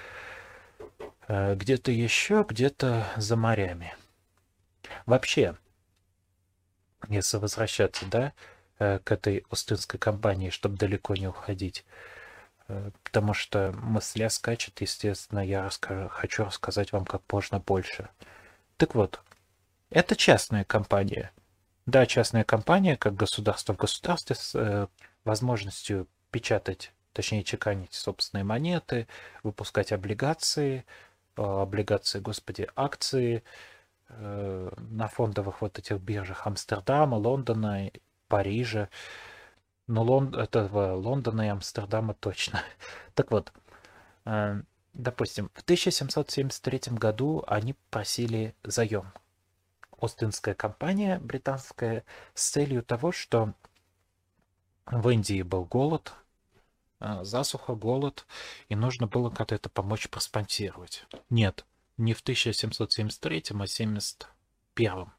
Э, Где-то еще, где-то за морями. Вообще, если возвращаться, да, э, к этой Остинской компании, чтобы далеко не уходить, э, потому что мысля скачет, естественно, я расскажу, хочу рассказать вам как можно больше. Так вот, это частная компания. Да, частная компания, как государство в государстве, с э, возможностью печатать, точнее чеканить собственные монеты, выпускать облигации, э, облигации, господи, акции э, на фондовых вот этих биржах Амстердама, Лондона, Парижа. Ну, Лон... этого Лондона и Амстердама точно. Так вот, э, допустим, в тысяча семьсот семьдесят третьем году они просили заем. Остинская компания британская, с целью того, что в Индии был голод, э, засуха, голод, и нужно было как-то это помочь проспонсировать. Нет, не в тысяча семьсот семьдесят третьем, а в семьдесят первом.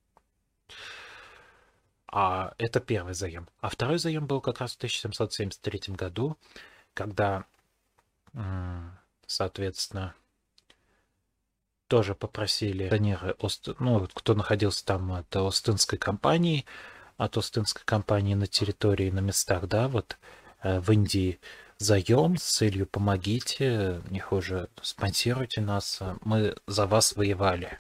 А это первый заем. А второй заем был как раз в тысяча семьсот семьдесят третьем году, когда, м, соответственно, тоже попросили акционеры, Ост- ну, кто находился там от Остинской компании, от Остинской компании на территории, на местах, да, вот э, в Индии заем с целью помогите, не хуже, спонсируйте нас, э, мы за вас воевали.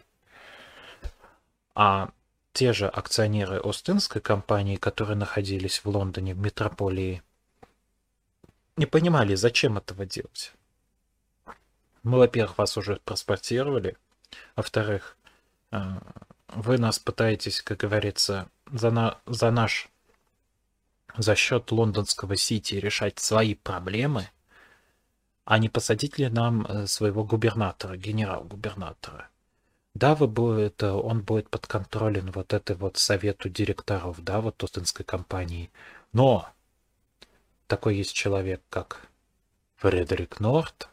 А те же акционеры Остинской компании, которые находились в Лондоне, в метрополии, не понимали, зачем этого делать. Мы, во-первых, вас уже проспонсировали, во-вторых, э, вы нас пытаетесь, как говорится, за, на, за наш, за счет лондонского Сити решать свои проблемы, а не посадить ли нам э, своего губернатора, генерал-губернатора. Да, вы будете, он будет подконтролен вот этой вот совету директоров, да, вот Остинской компании. Но такой есть человек, как Фредерик Норт.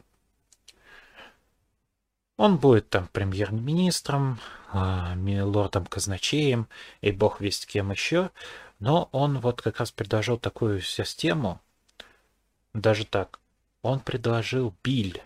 Он будет там премьер-министром, лордом-казначеем и бог весть кем еще. Но он вот как раз предложил такую систему, даже так, он предложил Биль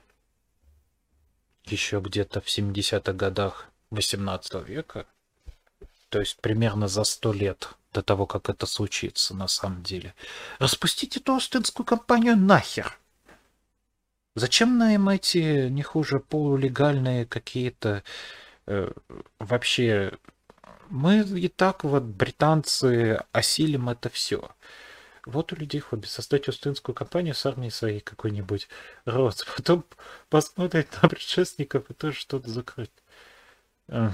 еще где-то в семидесятых годах восемнадцатого века, то есть примерно за сто лет до того, как это случится на самом деле. Распустите эту Остинскую компанию нахер. Зачем нам эти, не хуже, полулегальные какие-то э, вообще Мы и так вот, британцы, осилим это все. Вот у людей хобби создать Остинскую компанию с армией своей какой-нибудь рост, потом посмотреть на предшественников и тоже что-то закрыть. Э,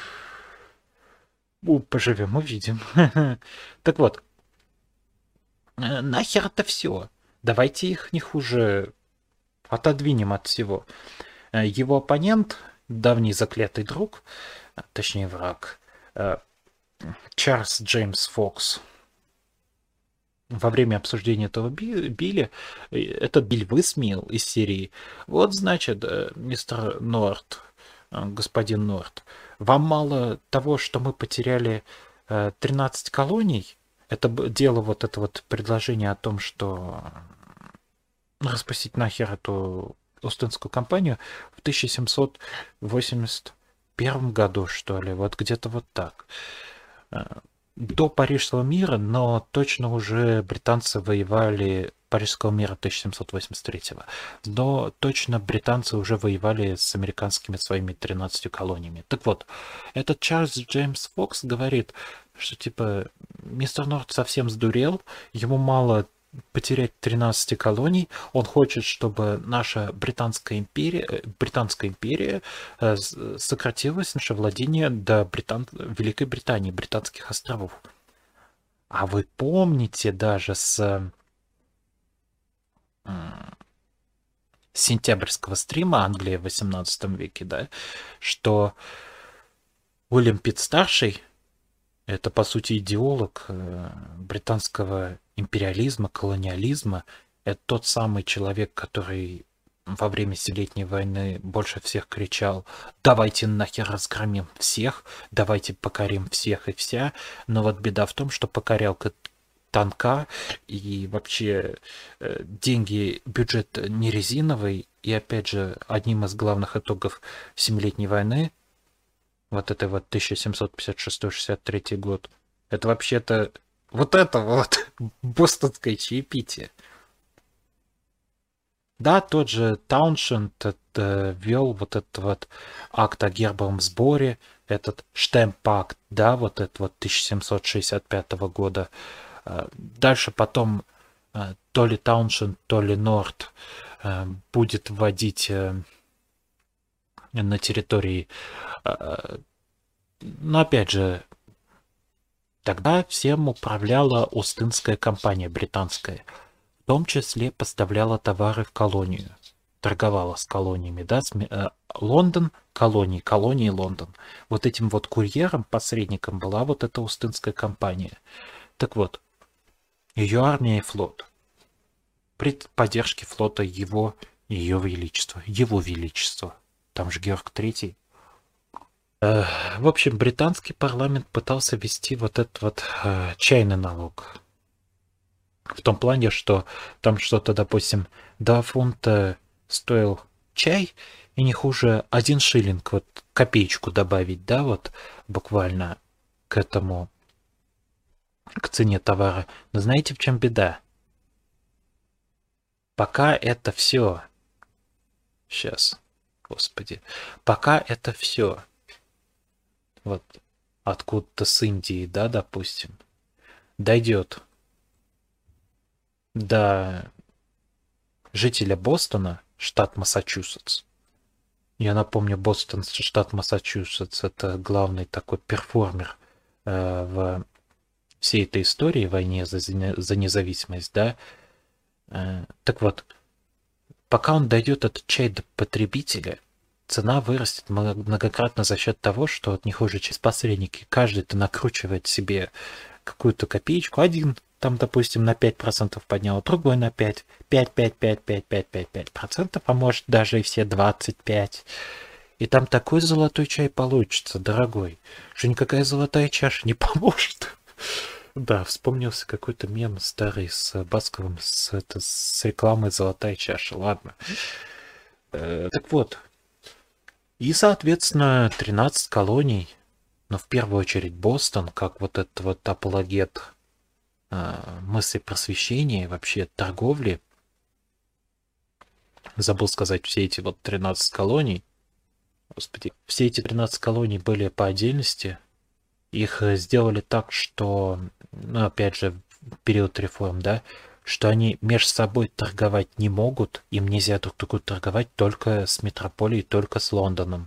ну, поживем, увидим. Так вот, э, нахер это все? Давайте их не хуже отодвинем от всего. Э, Его оппонент, давний заклятый друг, а, точнее враг, э, Чарльз Джеймс Фокс, во время обсуждения этого би- Билли, э, этот Биль высмеял из серии: вот, значит, э, мистер Норт, э, господин Норт, вам мало того, что мы потеряли э, тринадцать колоний? Это б- дело вот это вот предложение о том, что распустить нахер эту Остинскую компанию в тысяча семьсот восемьдесят первом году, что ли, вот где-то вот так. Э, До Парижского мира, но точно уже британцы воевали Парижского мира тысяча семьсот восемьдесят третьего. Но точно британцы уже воевали с американскими своими тринадцатью колониями. Так вот, этот Чарльз Джеймс Фокс говорит, что типа мистер Норт совсем сдурел, ему мало потерять тринадцать колоний, он хочет, чтобы наша Британская империя, э, Британская империя э, с- сократилась, наше владение до Британ... Великой Британии, Британских островов. А вы помните даже с м, сентябрьского стрима Англии в восемнадцатом веке, да, что Уильям Питт-старший, это, по сути, идеолог э, британского империализма, колониализма. Это тот самый человек, который во время Семилетней войны больше всех кричал: давайте нахер разгромим всех, давайте покорим всех и вся. Но вот беда в том, что покорялка танка и вообще э, деньги, бюджет не резиновый. И опять же, одним из главных итогов Семилетней войны, вот это вот тысяча семьсот пятьдесят шестой — шестьдесят третий год. Это вообще-то вот это вот бостонское чаепитие. Да, тот же Тауншенд это, вел вот этот вот акт о гербовом сборе, этот Штемпакт, да, вот этот вот тысяча семьсот шестьдесят пятого года. А, Дальше потом а, то ли Тауншенд, то ли Норт а, будет вводить а, на территории. а, Но опять же, тогда всем управляла Остинская компания британская, в том числе поставляла товары в колонию, торговала с колониями, да, с, э, Лондон, колонии, колонии Лондон. Вот этим вот курьером, посредником была вот эта Остинская компания. Так вот, ее армия и флот, при поддержке флота его, ее величества, его величества, там же Георг Третий. Э, В общем, британский парламент пытался ввести вот этот вот э, чайный налог. В том плане, что там что-то, допустим, два фунта стоил чай, и не хуже один шиллинг, вот копеечку добавить, да, вот буквально к этому, к цене товара. Но знаете, в чем беда? Пока это все, сейчас, господи, пока это все, вот откуда-то с Индии, да, допустим, дойдет до жителя Бостона, штат Массачусетс. Я напомню, Бостон, штат Массачусетс, это главный такой перформер э, в всей этой истории, войне за, за независимость, да. Э, так вот, пока он дойдет этот чай до потребителя, цена вырастет многократно за счет того, что от них уже через посредники каждый-то накручивает себе какую-то копеечку. Один там, допустим, на пять процентов поднял, другой на пять, пять, пять, пять, пять, пять, пять, пять процентов, а может даже и все двадцать пять. И там такой золотой чай получится, дорогой, что никакая золотая чаша не поможет. Да, вспомнился какой-то мем старый с Басковым, с, это, с рекламой «Золотая чаша». Ладно. Э, так вот. И, соответственно, тринадцать колоний, но в первую очередь Бостон, как вот этот вот апологет э, мысли просвещения, вообще торговли. Забыл сказать, все эти вот тринадцать колоний, господи, все эти тринадцать колоний были по отдельности, их сделали так, что, ну, опять же, в период реформ, да, что они между собой торговать не могут, им нельзя друг другу торговать только с метрополией, только с Лондоном.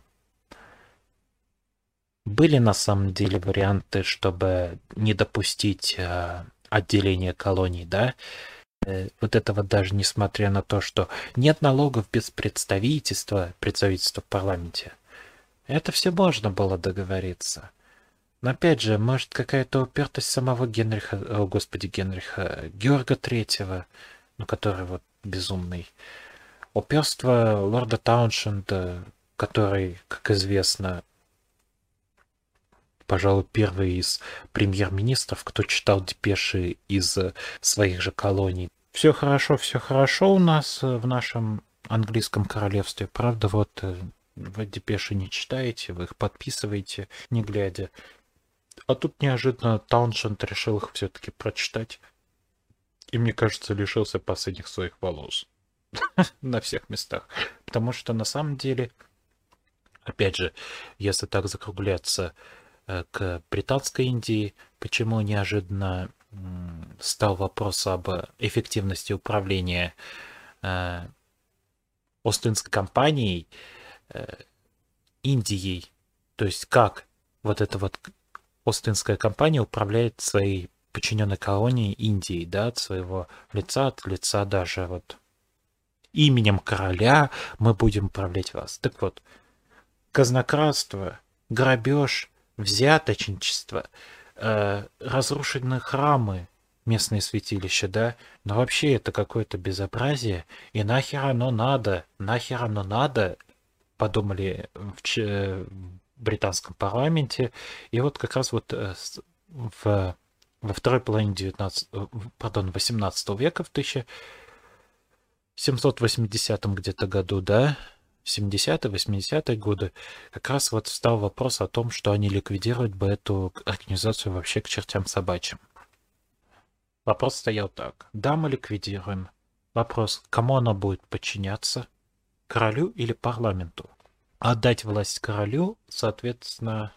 Были на самом деле варианты, чтобы не допустить э, отделения колоний, да, э, вот это вот даже несмотря на то, что нет налогов без представительства, представительства в парламенте. Это все можно было договориться. Но опять же, может какая-то упертость самого Генриха, о господи, Генриха, Георга Третьего, ну, который вот безумный. Упорство лорда Тауншенда, который, как известно, пожалуй, первый из премьер-министров, кто читал депеши из своих же колоний. Все хорошо, все хорошо у нас в нашем английском королевстве. Правда, вот вы депеши не читаете, вы их подписываете, не глядя. А тут неожиданно Тауншенд решил их все-таки прочитать. И, мне кажется, лишился последних своих волос. На всех местах. Потому что, на самом деле, опять же, если так закругляться к британской Индии, почему неожиданно стал вопрос об эффективности управления Остинской компанией Индией. То есть как вот эта вот Остинская компания управляет своей подчиненной колонией Индии, да, от своего лица, от лица даже вот именем короля мы будем управлять вас. Так вот, казнократство, грабеж, взяточничество, э, разрушены храмы, местные святилища, да, но вообще это какое-то безобразие, и нахер оно надо, нахер оно надо, подумали в, ч... в британском парламенте, и вот как раз вот в, во второй половине девятнадцатого, пардон, восемнадцатого века, в тысяча семьсот восьмидесятом где-то году, да, семидесятые, восьмидесятые годы, как раз вот встал вопрос о том, что они ликвидировать бы эту организацию вообще к чертям собачьим. Вопрос стоял так. Да, мы ликвидируем. Вопрос, кому она будет подчиняться? Королю или парламенту? Отдать власть королю, соответственно,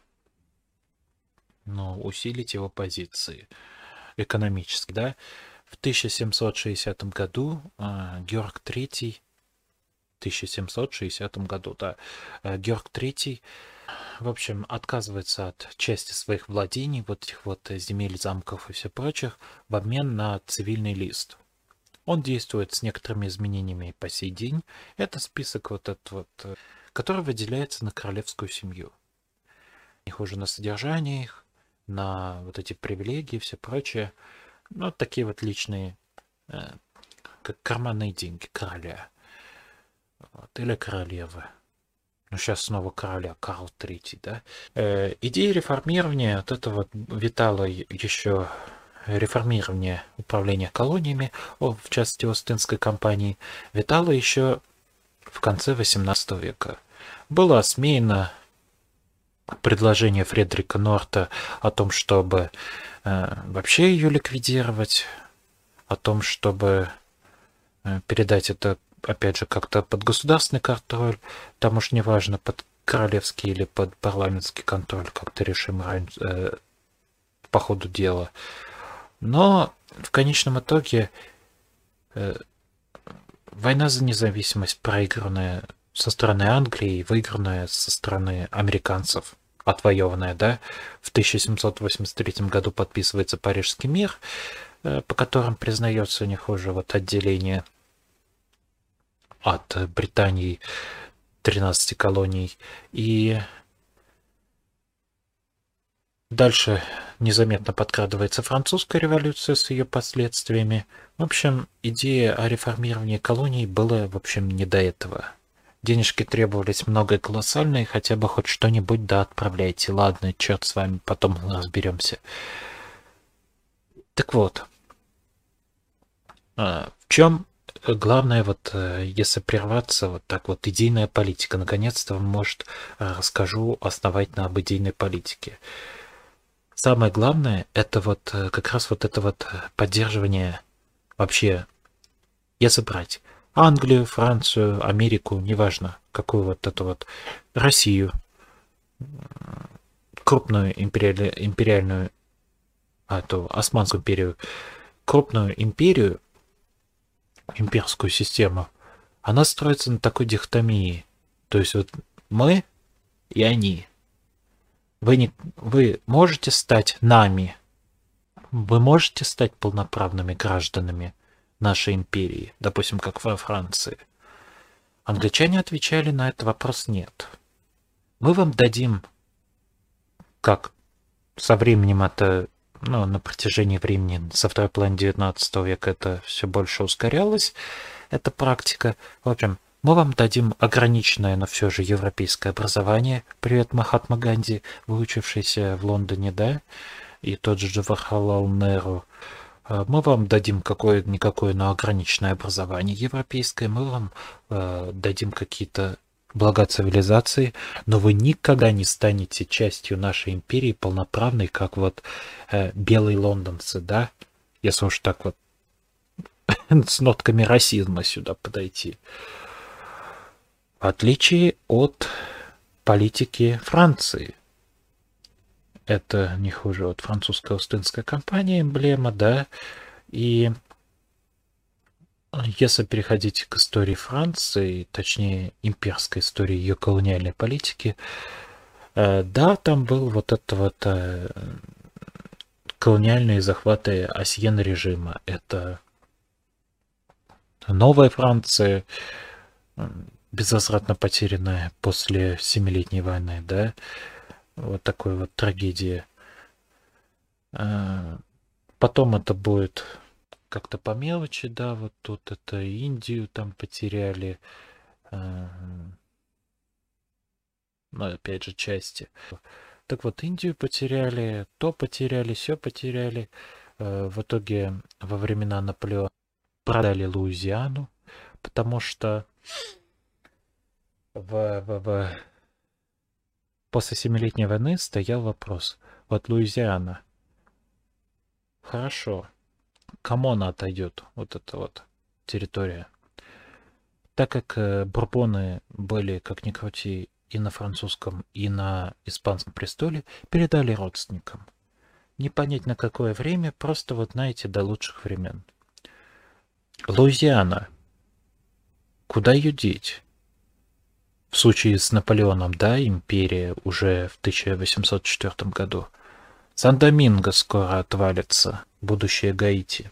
ну, усилить его позиции экономически, да. В тысяча семьсот шестидесятом году э, Георг Третий, в тысяча семьсот шестидесятом году, да, э, Георг Третий, в общем, отказывается от части своих владений, вот этих вот земель, замков и все прочих, в обмен на цивильный лист. Он действует с некоторыми изменениями по сей день. Это список вот этот вот, который выделяется на королевскую семью. Их уже на содержание их, на вот эти привилегии и все прочее. Ну, такие вот личные, э, как карманные деньги короля. Вот, или королевы. Ну, сейчас снова короля, Карл Третий, да. Э, идея реформирования, вот это вот витало еще реформирование управления колониями, в частности Остинской компании, витало еще в конце восемнадцатого века. Было осмеяно предложение Фредерика Норта о том, чтобы э, вообще ее ликвидировать, о том, чтобы э, передать это, опять же, как-то под государственный контроль, там уж неважно, под королевский или под парламентский контроль, как-то решим э, по ходу дела. Но в конечном итоге э, война за независимость, проигранная со стороны Англии, выигранная со стороны американцев, отвоеванная, да, в тысяча семьсот восемьдесят третьем году подписывается Парижский мир, э, по которым признается у них уже вот отделение от Британии тринадцати колоний. И дальше незаметно подкрадывается французская революция с ее последствиями. В общем, идея о реформировании колоний была, в общем, не до этого. Денежки требовались много и колоссальные, хотя бы хоть что-нибудь да отправляйте. Ладно, черт с вами, потом разберемся. Так вот, в чем главное, вот если прерваться, вот так вот, идейная политика. Наконец-то, может, расскажу основательно об идейной политике. Самое главное, это вот как раз вот это вот поддерживание вообще, если брать Англию, Францию, Америку, неважно, какую вот эту вот, Россию, крупную империали, империальную, а то Османскую империю, крупную империю, имперскую систему, она строится на такой дихотомии. То есть вот мы и они. Вы, не, вы можете стать нами, вы можете стать полноправными гражданами нашей империи, допустим, как во Франции. Англичане отвечали на этот вопрос нет. Мы вам дадим, как со временем это, ну, на протяжении времени, со второй половины девятнадцатого века это все больше ускорялось, эта практика. В общем, мы вам дадим ограниченное, но все же европейское образование. Привет, Махатма Ганди, выучившийся в Лондоне, да? И тот же Джавахарлал Неру. Мы вам дадим какое-никакое, но ограниченное образование европейское. Мы вам э, дадим какие-то блага цивилизации, но вы никогда не станете частью нашей империи полноправной, как вот э, белые лондонцы, да? Если уж так вот с нотками расизма сюда подойти. В отличие от политики Франции. Это не хуже от французская Остинская компания, эмблема, да. И если переходить к истории Франции, точнее имперской истории ее колониальной политики, да, там был вот это вот колониальные захваты Асьен режима. Это новая Франция, безвозвратно потерянная после Семилетней войны, да. Вот такой вот трагедия. Потом это будет как-то по мелочи, да, вот тут это Индию там потеряли. Ну, опять же, части. Так вот, Индию потеряли, то потеряли, все потеряли. В итоге во времена Наполеона продали Луизиану, потому что в, в, в после Семилетней войны стоял вопрос. Вот Луизиана. Хорошо. Кому она отойдет? Вот эта вот территория. Так как бурбоны были, как ни крути, и на французском, и на испанском престоле, передали родственникам. Не понять на какое время, просто вот знаете, до лучших времен. Луизиана. Куда ее деть? В случае с Наполеоном, да, империя уже в тысяча восемьсот четвёртом году. Сан-Доминго скоро отвалится, будущее Гаити.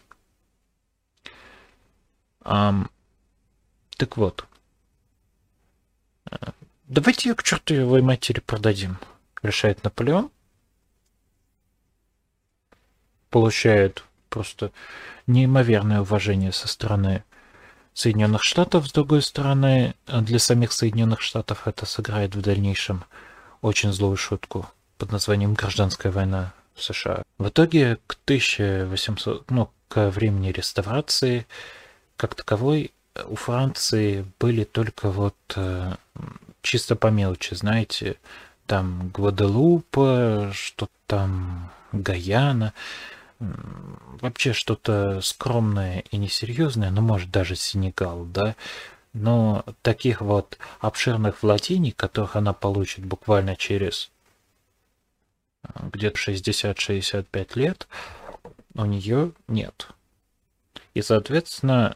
Um, так вот. Давайте ее к чертовой матери продадим, решает Наполеон. Получает просто неимоверное уважение со стороны Соединенных Штатов, с другой стороны, для самих Соединенных Штатов это сыграет в дальнейшем очень злую шутку под названием «Гражданская война в США». В итоге к тысяча восьмисотому, ну, к времени реставрации, как таковой, у Франции были только вот э, чисто по мелочи, знаете, там Гваделупа, что-то там Гаяна, вообще что-то скромное и несерьезное, ну, может, даже Сенегал, да, но таких вот обширных владений, которых она получит буквально через где-то шестьдесят-шестьдесят пять лет, у нее нет. И, соответственно,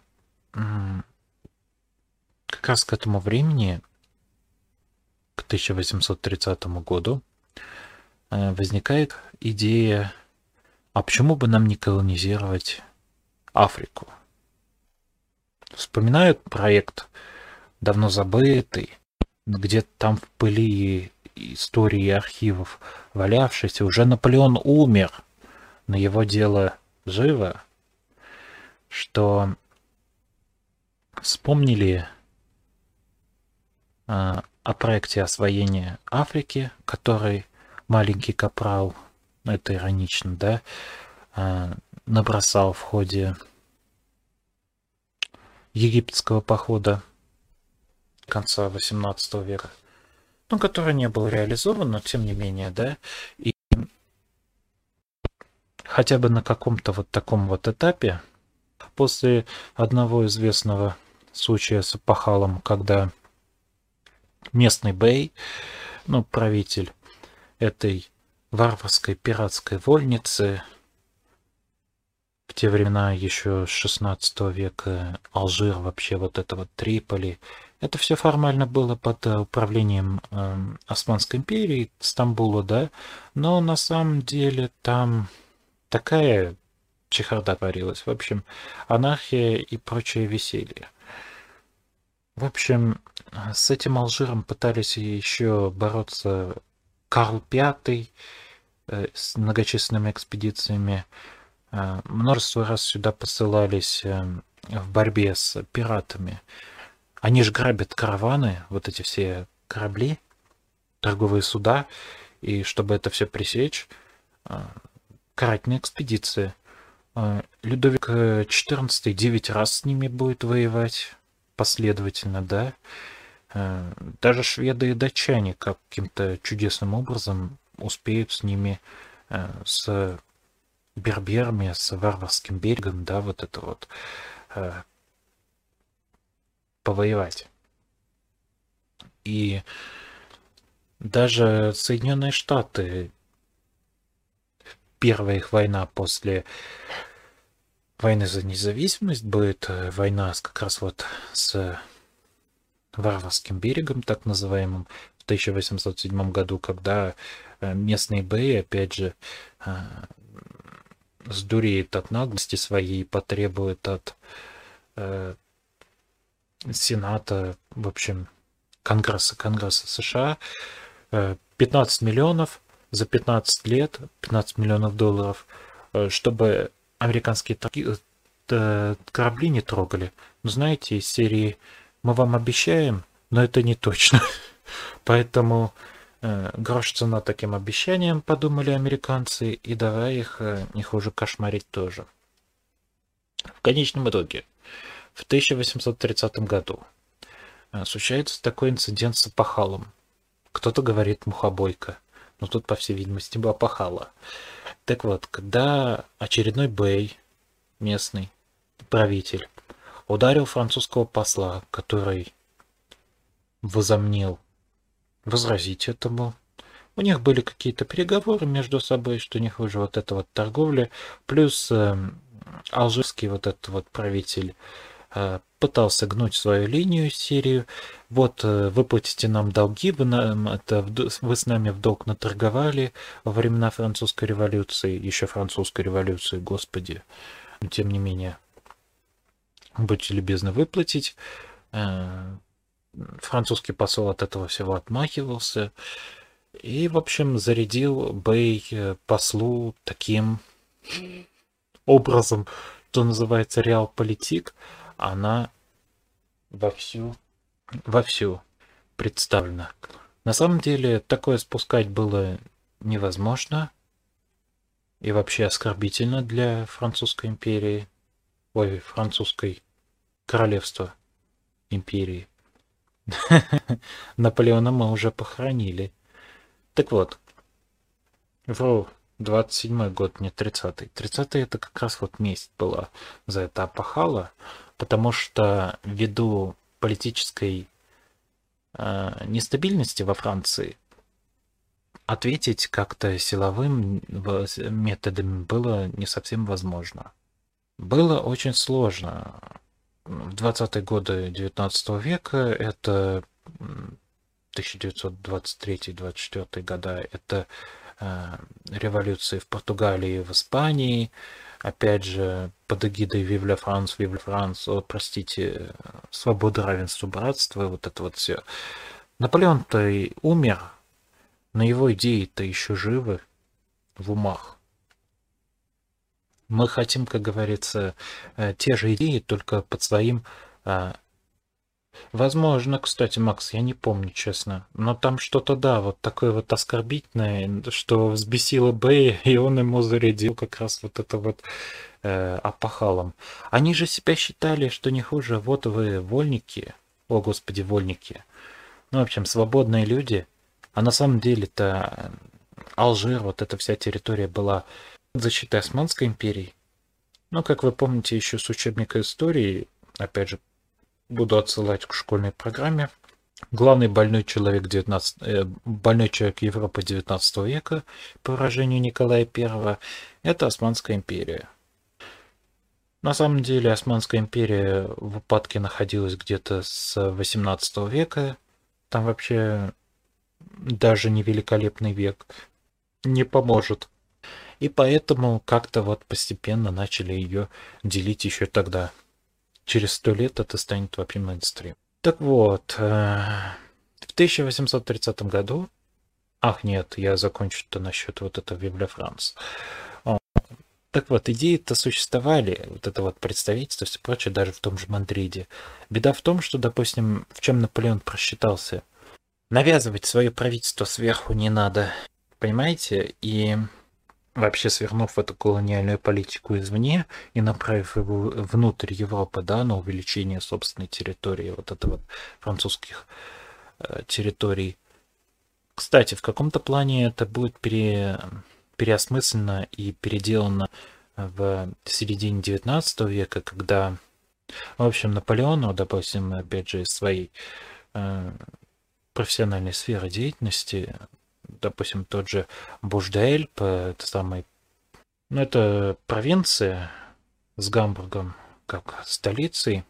как раз к этому времени, к тысяча восемьсот тридцатому году, возникает идея: а почему бы нам не колонизировать Африку? Вспоминают проект, давно забытый, где-то там в пыли истории архивов валявшийся. Уже Наполеон умер, но его дело живо, что вспомнили а, о проекте освоения Африки, который маленький капрал, это иронично, да, а, набросал в ходе египетского похода конца восемнадцатого века, ну, который не был реализован, но тем не менее, да, и хотя бы на каком-то вот таком вот этапе, после одного известного случая с опахалом, когда местный бей, ну, правитель этой варварской пиратской вольницы. В те времена, еще с шестнадцатого века, Алжир, вообще вот это вот Триполи, это все формально было под управлением э, Османской империи, Стамбула, да, но на самом деле там такая чехарда творилась. В общем, анархия и прочее веселье. В общем, с этим Алжиром пытались еще бороться Карл Пятый э, с многочисленными экспедициями. Э, множество раз сюда посылались э, в борьбе с пиратами. Они же грабят караваны, вот эти все корабли, торговые суда, и чтобы это все пресечь, э, карательные экспедиции. Э, Людовик четырнадцатый девять раз с ними будет воевать последовательно, да. Э, Даже шведы и датчане каким-то чудесным образом успеют с ними, э, с берберами, с варварским берегом, да, вот это вот, э, повоевать. И даже Соединенные Штаты, первая их война после войны за независимость будет, э, война с, как раз вот с варварским берегом, так называемым, в тысяча восемьсот седьмом году, когда э, местный бэй, опять же, э, сдуреет от наглости своей и потребует от э, Сената, в общем, Конгресса, Конгресса США, э, пятнадцать миллионов за пятнадцать лет, пятнадцать миллионов долларов, э, чтобы американские торги- э, корабли не трогали. Ну, знаете, из серии «Мы вам обещаем, но это не точно». Поэтому э, грош цена таким обещаниям, подумали американцы, и давай их э, не хуже кошмарить тоже. В конечном итоге, в тысяча восемьсот тридцатом году э, случается такой инцидент с опахалом. Кто-то говорит мухобойка, но тут, по всей видимости, была опахала. Так вот, когда очередной бэй, местный правитель, ударил французского посла, который возомнил возразить этому. У них были какие-то переговоры между собой, что не хуже вот эта вот торговля. Плюс э, алжирский вот этот вот правитель э, пытался гнуть свою линию, серию. Вот, э, выплатите нам долги, вы, нам это, вы с нами в долг наторговали во времена французской революции, еще французской революции, господи. Но тем не менее, будьте любезны выплатить. Э, Французский посол от этого всего отмахивался. И, в общем, зарядил бэй послу таким образом, что называется реалполитик. Она вовсю, вовсю представлена. На самом деле, такое спускать было невозможно и вообще оскорбительно для французской империи, ой, французской королевства империи. Наполеона мы уже похоронили. Так вот, вру, двадцать седьмой год, не тридцатый. тридцатый это как раз вот месть была за это опахало, потому что ввиду политической э, нестабильности во Франции ответить как-то силовым методами было не совсем возможно. Было очень сложно. В двадцатые годы девятнадцатого века, это тысяча девятьсот двадцать третий — двадцать четвёртый года, это э, революции в Португалии, в Испании, опять же, под эгидой «Vive la France, Vive la France», о, простите, свобода, равенство, братство, вот это вот все. Наполеон-то и умер, но его идеи-то еще живы в умах. Мы хотим, как говорится, те же идеи, только под своим... Возможно, кстати, Макс, я не помню, честно. Но там что-то, да, вот такое вот оскорбительное, что взбесило Бэя, и он ему зарядил как раз вот это вот э, опахалом. Они же себя считали, что не хуже. Вот вы вольники. О, господи, вольники. Ну, в общем, свободные люди. А на самом деле-то Алжир, вот эта вся территория была под защитой Османской империи. Но, как вы помните, еще с учебника истории, опять же, буду отсылать к школьной программе, Главный больной человек, девятнадцатого, э, больной человек Европы девятнадцатого века, по выражению Николая Первого, это Османская империя. На самом деле Османская империя в упадке находилась где-то с восемнадцатого века. Там вообще даже не великолепный век не поможет. И поэтому как-то вот постепенно начали ее делить еще тогда. Через сто лет это станет вообще мейнстрим. Так вот, в тысяча восемьсот тридцатом году... Ах, нет, я закончу-то насчет вот этого Вивля Франс. Так вот, идеи-то существовали, вот это вот представительство, все прочее, даже в том же Мадриде. Беда в том, что, допустим, в чем Наполеон просчитался. Навязывать свое правительство сверху не надо, понимаете? И вообще свернув эту колониальную политику извне и направив его внутрь Европы, да, на увеличение собственной территории, вот это вот французских э, территорий. Кстати, в каком-то плане это будет пере... переосмысленно и переделано в середине девятнадцатого века, когда, в общем, Наполеону, допустим, опять же, из своей э, профессиональной сферы деятельности, допустим, тот же Буш-д'Эльп, это самый, ну, это провинция с Гамбургом как столицей,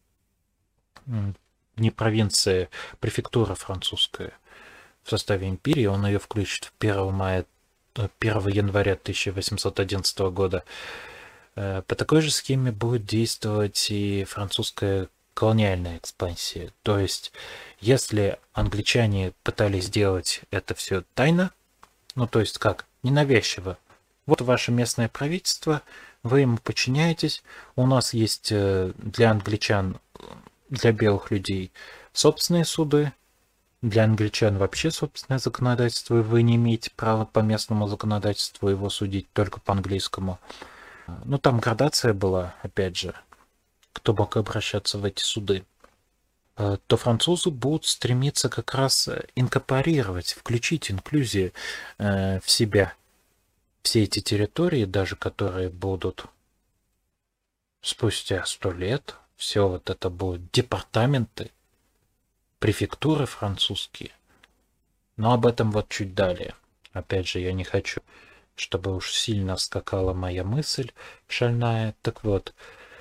не провинция, префектура французская в составе империи, он ее включит в первого января тысяча восемьсот одиннадцатого года. По такой же схеме будет действовать и французская колониальная экспансия. То есть, если англичане пытались сделать это все тайно, ну то есть как, ненавязчиво, вот ваше местное правительство, вы ему подчиняетесь, у нас есть для англичан, для белых людей собственные суды, для англичан вообще собственное законодательство, и вы не имеете права по местному законодательству его судить, только по английскому. Ну, там градация была, опять же, кто мог обращаться в эти суды. То французы будут стремиться как раз инкорпорировать, включить инклюзию в себя все эти территории, даже которые будут спустя сто лет, все вот это будут департаменты, префектуры французские. Но об этом вот чуть далее. Опять же, я не хочу, чтобы уж сильно скакала моя мысль шальная. Так вот.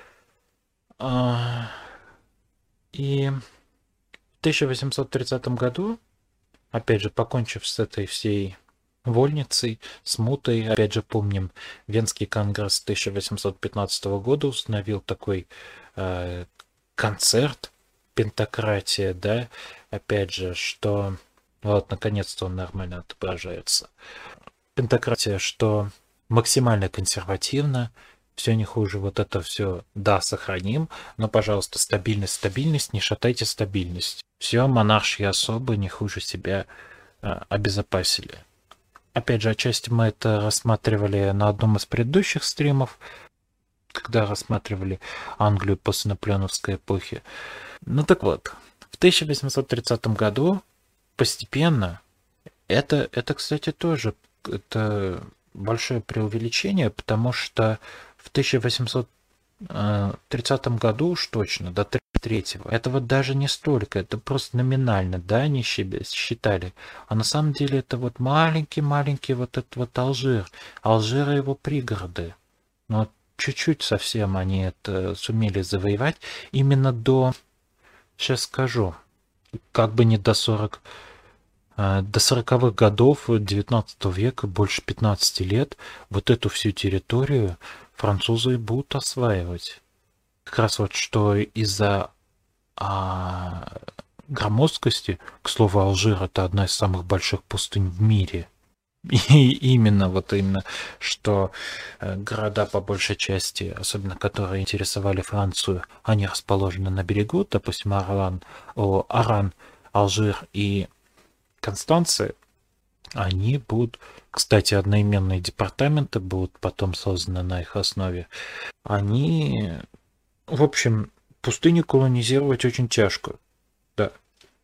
И в тысяча восемьсот тридцатом году, опять же, покончив с этой всей вольницей, смутой, опять же, помним, Венский конгресс тысяча восемьсот пятнадцатого года установил такой э, концерт, пентакратия, да, опять же, что вот, наконец-то он нормально отображается. Пентакратия, что максимально консервативно, все не хуже, вот это все, да, сохраним, но, пожалуйста, стабильность, стабильность, не шатайте стабильность. Все, монаршие особо не хуже себя а, обезопасили. Опять же, отчасти мы это рассматривали на одном из предыдущих стримов, когда рассматривали Англию после наполеоновской эпохи. Ну так вот, в тысяча восемьсот тридцатом году постепенно, это, это, кстати, тоже это большое преувеличение, потому что в тысяча восемьсот тридцатом году уж точно, до тридцать третьего, это вот даже не столько, это просто номинально, да, они считали, а на самом деле это вот маленький-маленький вот этот вот Алжир, Алжир и его пригороды, но чуть-чуть совсем они это сумели завоевать именно до... Сейчас скажу, как бы не до сорок, до сороковых годов девятнадцатого века, больше пятнадцати лет, вот эту всю территорию французы будут осваивать. Как раз вот что из-за а, громоздкости, к слову, Алжир — это одна из самых больших пустынь в мире. И именно вот именно, что города по большей части, особенно которые интересовали Францию, они расположены на берегу, допустим, Орлан, о, Аран, Алжир и Констанция, они будут, кстати, одноименные департаменты будут потом созданы на их основе. Они, в общем, пустыню колонизировать очень тяжко. Да,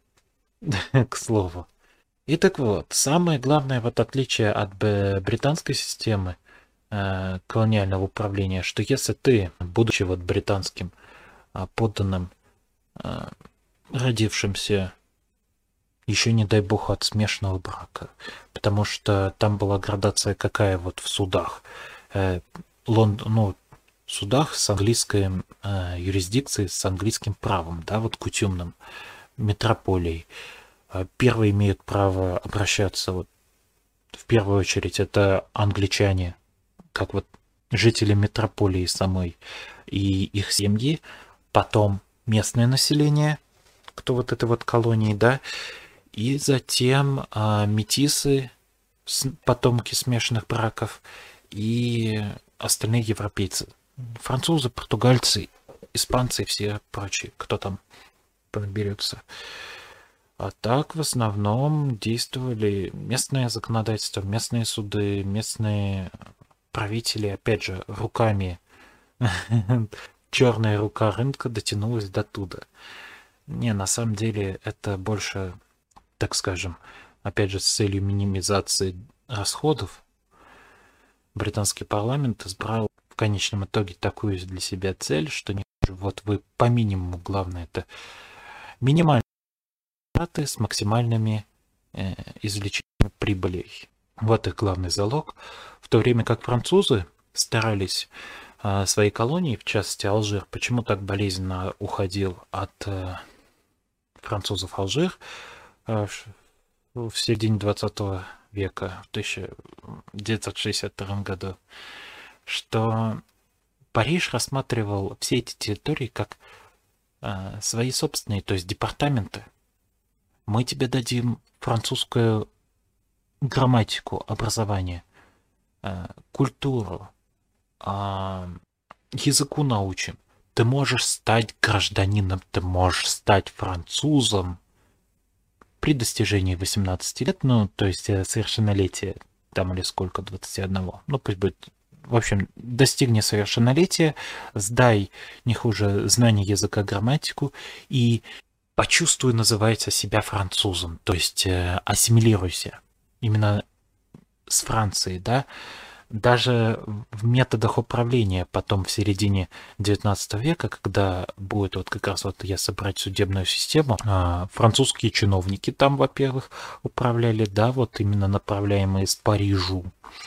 к слову. И так вот, самое главное вот отличие от британской системы э, колониального управления, что если ты, будучи вот британским э, подданным, э, родившимся Еще не дай бог от смешанного брака, потому что там была градация какая вот в судах. Э, Лондон, ну, в судах с английской э, юрисдикцией, с английским правом, да, вот кутюмным, метрополией. Э, Первые имеют право обращаться, вот, в первую очередь, это англичане, как вот жители метрополии самой и их семьи, потом местное население, кто вот этой вот колонии, да, и затем а, метисы, с- потомки смешанных браков и остальные европейцы. Французы, португальцы, испанцы и все прочие, кто там подберется. А так в основном действовали местное законодательство, местные суды, местные правители, опять же, руками. Черная рука рынка дотянулась до туда. Не, на самом деле это больше, так скажем, опять же, с целью минимизации расходов, британский парламент избрал в конечном итоге такую для себя цель, что не вот вы по минимуму, главное, это минимальные траты с максимальными э, извлечениями прибылей. Вот их главный залог. В то время как французы старались э, свои колонии, в частности Алжир, почему так болезненно уходил от э, французов Алжир, э, в середине двадцатого века, в тысяча девятьсот шестьдесят втором году, что Париж рассматривал все эти территории как э, свои собственные, то есть департаменты. Мы тебе дадим французскую грамматику, образование, э, культуру, э, языку научим. Ты можешь стать гражданином, ты можешь стать французом при достижении восемнадцати лет, ну, то есть э, совершеннолетия, там или сколько, двадцати одного, ну, пусть будет, в общем, достигни совершеннолетия, сдай не хуже знание языка, грамматику и почувствуй, называется, себя французом, то есть э, ассимилируйся именно с Францией, да, даже в методах управления потом в середине девятнадцатого века, когда будет вот как раз вот я собрать судебную систему, а, французские чиновники там, во-первых, управляли, да, вот именно направляемые с Парижу,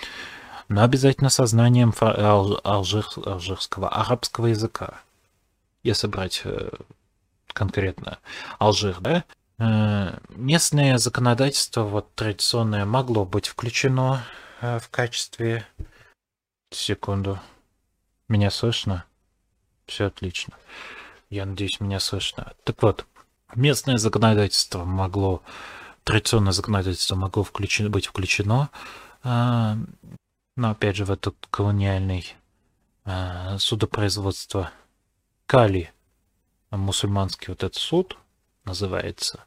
но обязательно со знанием фра- ал- алжир- алжирского, арабского языка. Я собрать э, конкретно Алжир, да. Э, Местное законодательство вот традиционное могло быть включено э, в качестве... Секунду. Меня слышно? Все отлично. Я надеюсь, меня слышно. Так вот, местное законодательство могло, традиционное законодательство могло включено, быть включено, а, но опять же в этот колониальный а, судопроизводство. Кали, мусульманский вот этот суд называется,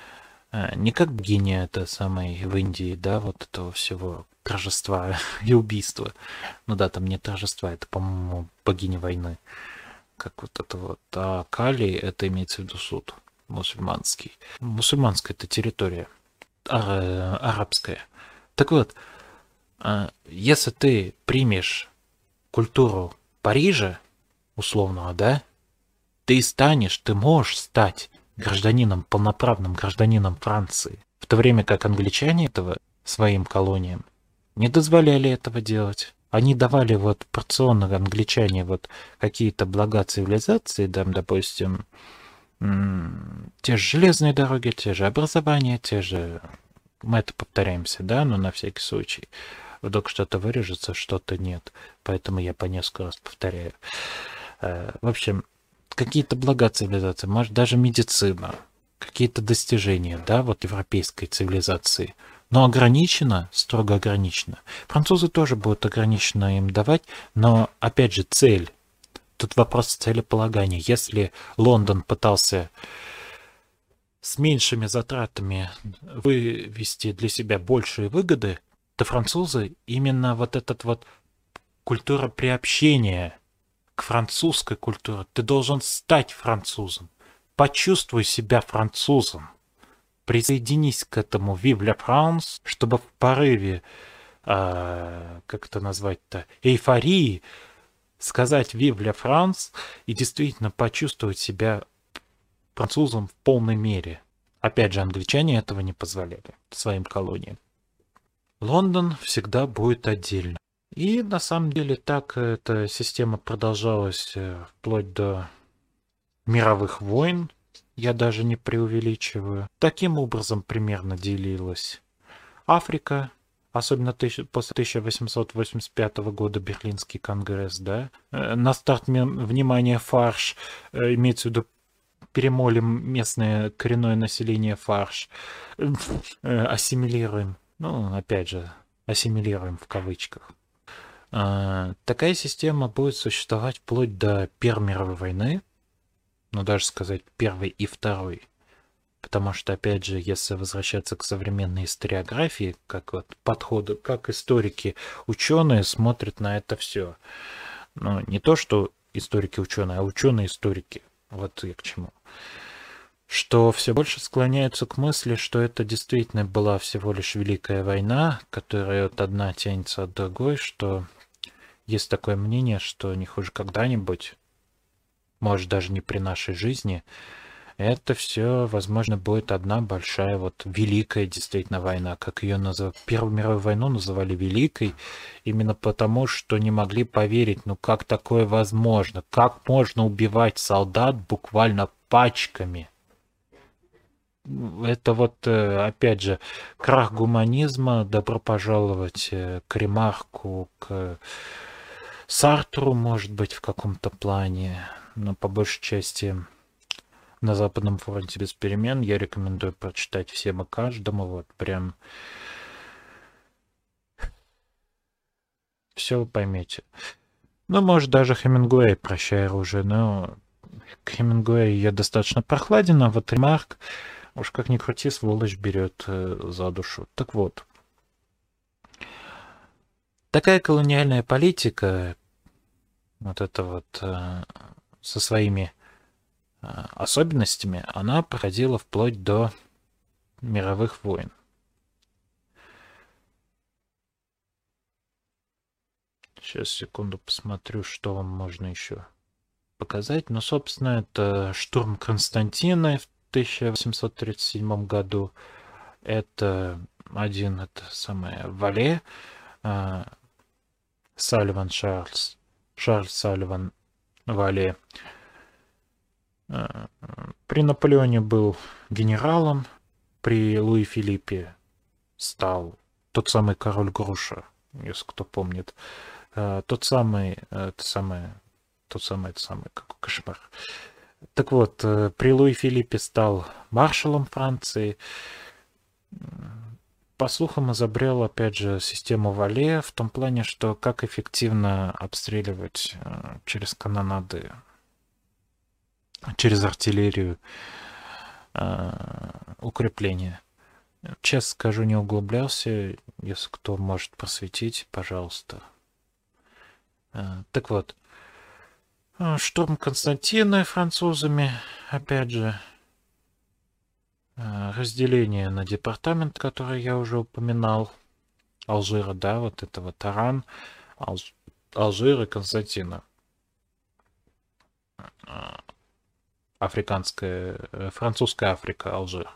а, не как богиня это самой в Индии, да, вот этого всего торжества и убийства. Ну да, там не торжества, это, по-моему, богиня войны. Как вот это вот. А Кали, это имеется в виду суд мусульманский. Мусульманская это территория ара- арабская. Так вот, а, если ты примешь культуру Парижа, условного, да, ты станешь, ты можешь стать гражданином, полноправным гражданином Франции. В то время как англичане этого своим колониям не дозволяли этого делать. Они давали вот порционно англичане вот какие-то блага цивилизации, там, допустим, м, те же железные дороги, те же образование, те же... Мы это повторяемся, да, но на всякий случай. Вдруг что-то вырежется, что-то нет. Поэтому я по несколько раз повторяю. Э, В общем, какие-то блага цивилизации, может, даже медицина, какие-то достижения, да, вот европейской цивилизации. Но ограничено, строго ограничено. Французы тоже будут ограниченно им давать, но, опять же, цель. Тут вопрос целеполагания. Если Лондон пытался с меньшими затратами вывести для себя большие выгоды, то французы именно вот этот вот культура приобщения к французской культуре. Ты должен стать французом. Почувствуй себя французом. Присоединись к этому Vive la France, чтобы в порыве, а, как это назвать-то, эйфории сказать Vive la France и действительно почувствовать себя французом в полной мере. Опять же, англичане этого не позволяли своим колониям. Лондон всегда будет отдельно. И на самом деле так эта система продолжалась э, вплоть до мировых войн, я даже не преувеличиваю. Таким образом примерно делилась Африка, особенно тысяч, после тысяча восемьсот восемьдесят пятого года Берлинский конгресс, да. Э, На старт, ме- внимание, фарш, э, имеется в виду перемолим местное коренное население фарш, э, ассимилируем, ну, опять же, ассимилируем в кавычках. А, Такая система будет существовать вплоть до Первой мировой войны, ну, даже сказать Первой и Второй. Потому что, опять же, если возвращаться к современной историографии, как вот подходу, как историки, ученые смотрят на это все. Ну, не то, что историки-ученые, а ученые-историки. Вот я к чему. Что все больше склоняются к мысли, что это действительно была всего лишь Великая война, которая от одна тянется от другой, что есть такое мнение, что не хуже когда-нибудь, может даже не при нашей жизни, это все, возможно, будет одна большая вот великая действительно война, как ее называют. Первую мировую войну называли великой, именно потому, что не могли поверить, ну как такое возможно, как можно убивать солдат буквально пачками. Это вот, э, опять же, крах гуманизма, добро пожаловать э, к Ремарку, к Сартру, может быть, в каком-то плане, но по большей части на Западном фронте без перемен. Я рекомендую прочитать всем и каждому. Вот прям все вы поймете. Ну, может, даже Хемингуэй, прощай оружие, но к Хемингуэю я достаточно прохладен, а вот Ремарк, уж как ни крути, сволочь берет э, за душу. Так вот. Такая колониальная политика, вот это вот э, со своими э, особенностями, она проходила вплоть до мировых войн. Сейчас, секунду, посмотрю, что вам можно еще показать. Ну, собственно, это штурм Константина в тысяча восемьсот тридцать седьмом году. Это один, это самое, Вале, э, Салливан Шарльз, Шарльз Салливан Вале. Э, При Наполеоне был генералом, при Луи Филиппе стал тот самый король Груша, если кто помнит. Э, Тот самый, э, это самое, тот самый, это самый, какой кошмар. Так вот, э, при Луи Филиппе стал маршалом Франции. По слухам, изобрел, опять же, систему Вале в том плане, что как эффективно обстреливать э, через канонады, через артиллерию э, укрепления. Честно скажу, не углублялся. Если кто может просветить, пожалуйста. Э, Так вот, э, штурм Константина французами, опять же, э, разделение на департамент, который я уже упоминал, Алжира, да, вот это вот Таран, Алж... Алжир и Константина. Э, Африканская, э, французская Африка, Алжир.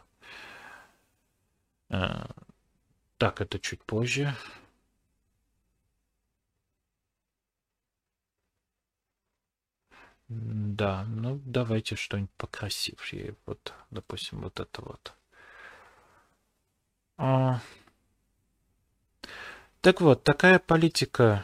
Э, Так, это чуть позже. М, Да, ну давайте что-нибудь покрасивее. Вот, допустим, вот это вот. А, Так вот, такая политика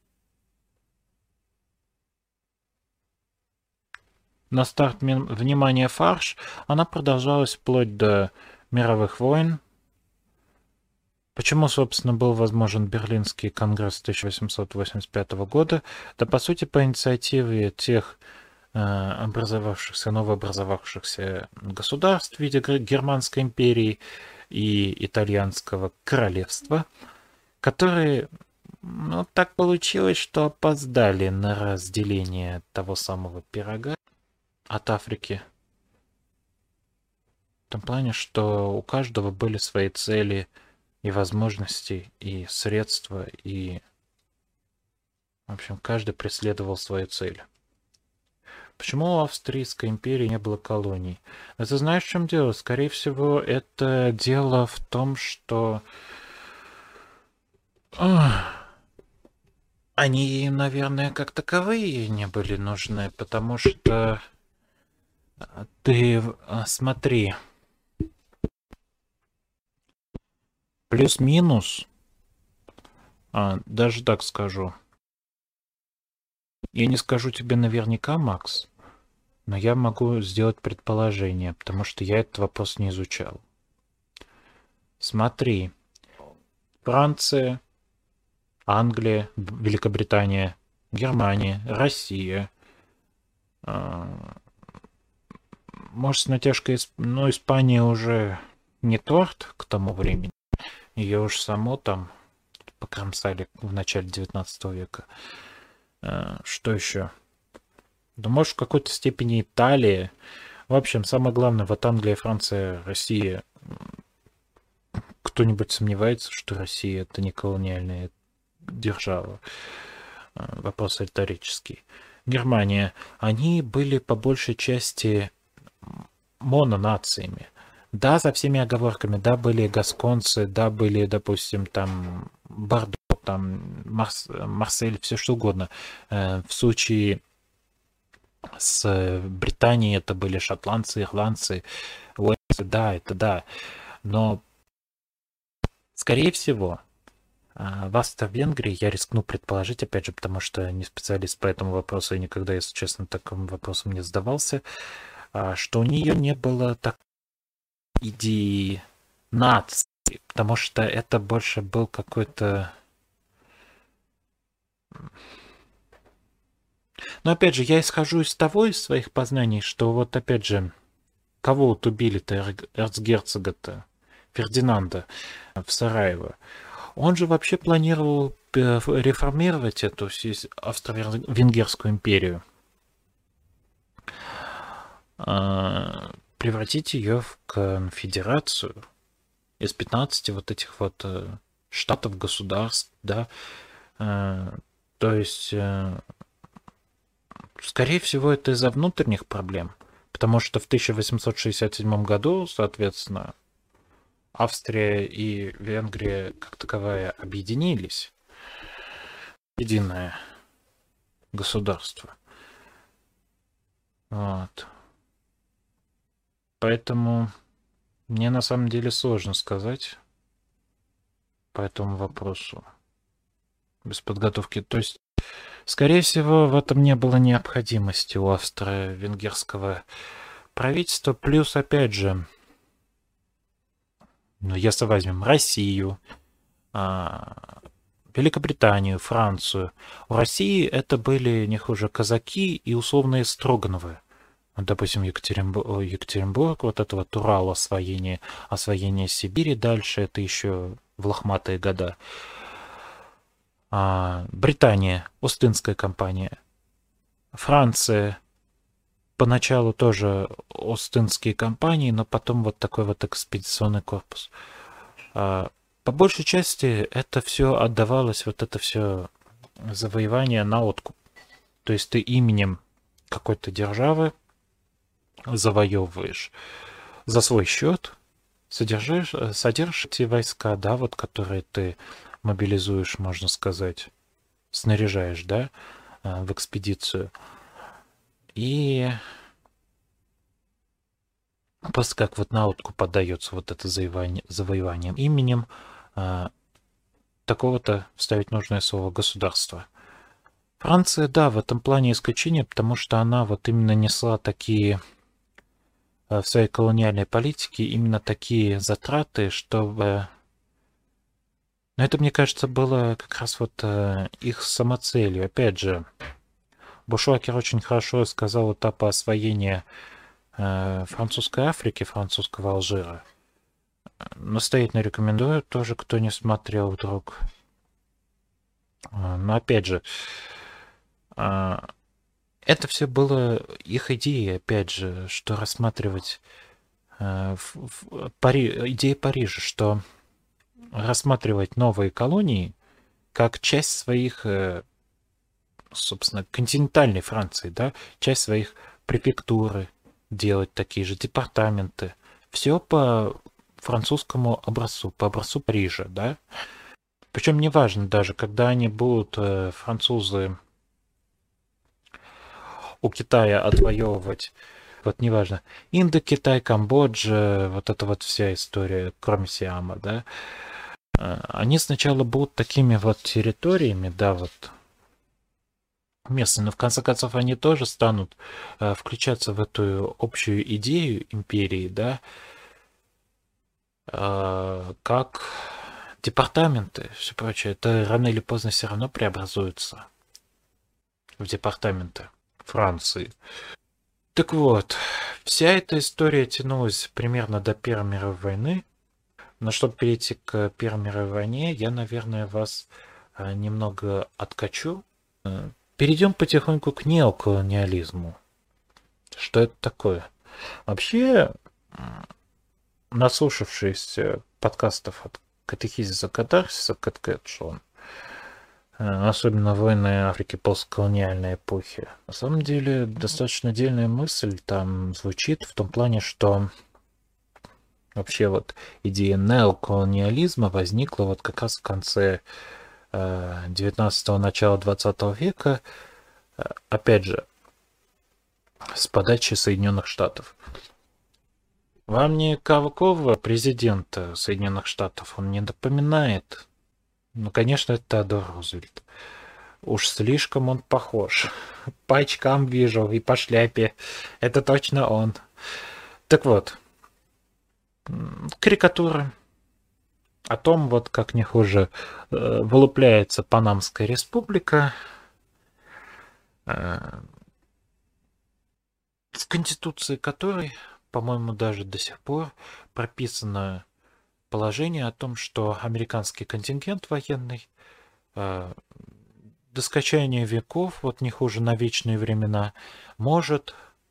на старт мин- внимания фарш, она продолжалась вплоть до мировых войн. Почему, собственно, был возможен Берлинский конгресс тысяча восемьсот восемьдесят пятого года? Да, по сути, по инициативе тех э, образовавшихся, новообразовавшихся государств в виде Гер- Германской империи и Итальянского королевства, которые, ну, так получилось, что опоздали на разделение того самого пирога от Африки. В том плане, что у каждого были свои цели и возможности, и средства, и, в общем, каждый преследовал свою цель. Почему у Австрийской империи не было колоний? Это знаешь, в чем дело? Скорее всего, это дело в том, что ах, они, наверное, как таковые не были нужны, потому что а, ты а, смотри, плюс-минус, а, даже так скажу. Я не скажу тебе наверняка, Макс, но я могу сделать предположение, потому что я этот вопрос не изучал. Смотри, Франция, Англия, Великобритания, Германия, Россия. а, Может, с натяжкой, Исп- но Испания уже не торт к тому времени. Ее уж само там покромсали в начале девятнадцатого века. А, Что еще? Да может, в какой-то степени Италия. В общем, самое главное, вот Англия, Франция, Россия. Кто-нибудь сомневается, что Россия это не колониальная держава? А, Вопрос риторический. Германия. Они были по большей части мононациями. Да, со всеми оговорками. Да, были гасконцы, да, были, допустим, там Бордо, там Марс, Марсель, все что угодно. Э, В случае с Британией это были шотландцы, ирландцы, уэльсы, да, это да. Но, скорее всего, а, в Австро-Венгрии я рискну предположить, опять же, потому что не специалист по этому вопросу и никогда, если честно, таким вопросом не задавался, а, что у нее не было такой идеи нации, потому что это больше был какой-то... Но опять же, я исхожу из того, из своих познаний, что вот опять же, кого вот убили-то эр- эрцгерцога-то, Фердинанда в Сараево. Он же вообще планировал э, реформировать эту сис- Австро-Венгерскую империю, а, превратить ее в конфедерацию из пятнадцати вот этих вот э, штатов, государств, да. Э, То есть, э, скорее всего, это из-за внутренних проблем, потому что в тысяча восемьсот шестьдесят седьмом году, соответственно, Австрия и Венгрия как таковая объединились в единое государство. Вот. Поэтому мне на самом деле сложно сказать по этому вопросу без подготовки. То есть, скорее всего, в этом не было необходимости у австро-венгерского правительства. Плюс, опять же, ну, если возьмем Россию, а, Великобританию, Францию. У России это были не хуже казаки и условные Строгановы. Вот, допустим, Екатеринбург, Екатеринбург, вот это вот Урал, освоение, освоение Сибири дальше, это еще в лохматые года. А, Британия, Остинская компания. Франция, поначалу тоже Остинские компании, но потом вот такой вот экспедиционный корпус. А, По большей части это все отдавалось, вот это все завоевание на откуп. То есть ты именем какой-то державы завоевываешь за свой счет, содержишь, э, содержишь эти войска, да, вот которые ты мобилизуешь, можно сказать, снаряжаешь, да, э, в экспедицию. И после как вот на откуп поддается вот это завоевание, завоеванием именем э, такого-то, вставить нужное слово, государства. Франция, да, в этом плане исключение, потому что она вот именно несла такие э, в своей колониальной политике именно такие затраты, чтобы... Но это, мне кажется, было как раз вот э, их самоцелью. Опять же, Бушуакер очень хорошо сказал этапы освоения э, французской Африки, французского Алжира. Настоятельно рекомендую, тоже кто не смотрел вдруг. Э, Но опять же, э, это все было их идеей, опять же, что рассматривать э, в- в- Пари- идея Парижа, что рассматривать новые колонии как часть своих э, собственно, континентальной Франции, да, часть своих префектуры делать такие же департаменты. Все по французскому образцу, по образцу Парижа, да. Причем неважно даже, когда они будут, э, французы, у Китая отвоевывать, вот неважно, Индокитай, Камбоджа, вот эта вот вся история, кроме Сиама, да, э, они сначала будут такими вот территориями, да, вот, местные, но в конце концов они тоже станут э, включаться в эту общую идею империи, да, э, как департаменты, все прочее. Это рано или поздно все равно преобразуется в департаменты Франции. Так вот, вся эта история тянулась примерно до Первой мировой войны. Но чтобы перейти к Первой мировой войне, я, наверное, вас э, немного откачу. Э, Перейдем потихоньку к неоколониализму. Что это такое? Вообще, наслушавшись э, подкастов от Катехизиса Катарсиса, Кэткэтшон, особенно войны Африки постколониальной эпохи, на самом деле достаточно дельная мысль там звучит в том плане, что вообще вот идея неоколониализма возникла вот как раз в конце девятнадцатого, начала двадцатого века, э, опять же, с подачи Соединенных Штатов. Вам никакого президента Соединенных Штатов он не напоминает? Ну, конечно, это Теодор Рузвельт. Уж слишком он похож. По очкам вижу и по шляпе. Это точно он. Так вот, карикатура о том, вот как не хуже э, вылупляется Панамская республика. Э, в Конституции которой, по-моему, даже до сих пор прописано положение о том, что американский контингент военный э, до скончания веков, вот не хуже на вечные времена, может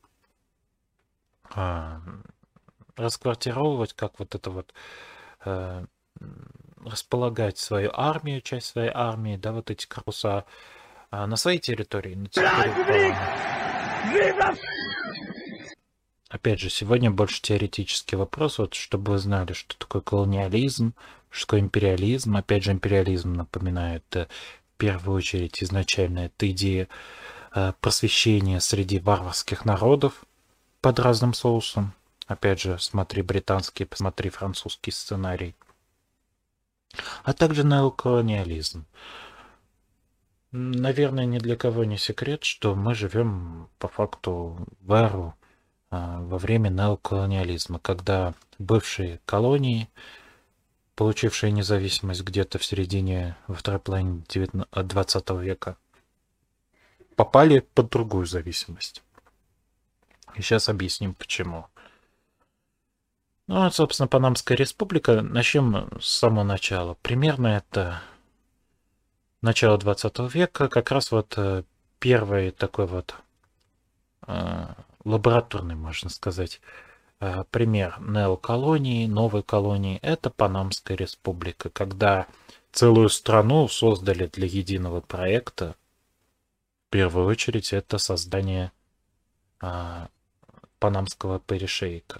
э, расквартировывать, как вот это вот, э, располагать свою армию, часть своей армии, да, вот эти корпуса э, на своей территории, на территории Паланы. Опять же, сегодня больше теоретический вопрос, вот чтобы вы знали, что такое колониализм, что такое империализм. Опять же, империализм напоминает э, в первую очередь изначально это идея э, просвещения среди варварских народов под разным соусом. Опять же, смотри британский, посмотри французский сценарий. А также неоколониализм. Наверное, ни для кого не секрет, что мы живем по факту в эру во время неоколониализма, когда бывшие колонии, получившие независимость где-то в середине, во второй половине двадцатого века, попали под другую зависимость. И сейчас объясним, почему. Ну, вот, собственно, Панамская республика. Начнем с самого начала. Примерно это начало двадцатого века, как раз вот первый такой вот лабораторный, можно сказать, пример неоколонии, новой колонии, это Панамская республика, когда целую страну создали для единого проекта. В первую очередь это создание а, Панамского перешейка.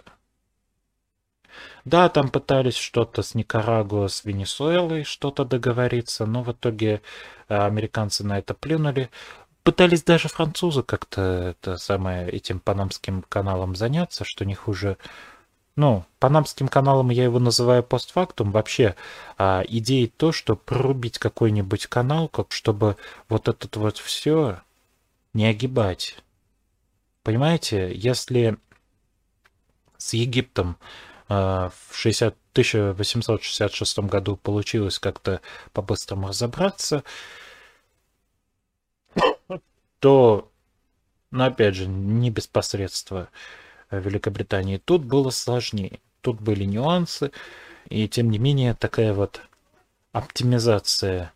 Да, там пытались что-то с Никарагуа, с Венесуэлой что-то договориться, но в итоге американцы на это плюнули. Пытались даже французы как-то это самое, этим Панамским каналом заняться, что не хуже. Ну, Панамским каналом я его называю постфактум. Вообще, а, идея то, что прорубить какой-нибудь канал, как чтобы вот этот вот все не огибать. Понимаете, если с Египтом а, в тысяча восемьсот шестьдесят шестом году получилось как-то по-быстрому разобраться, то, ну, опять же, не без посредства Великобритании. Тут было сложнее. Тут были нюансы. И, тем не менее, такая вот оптимизация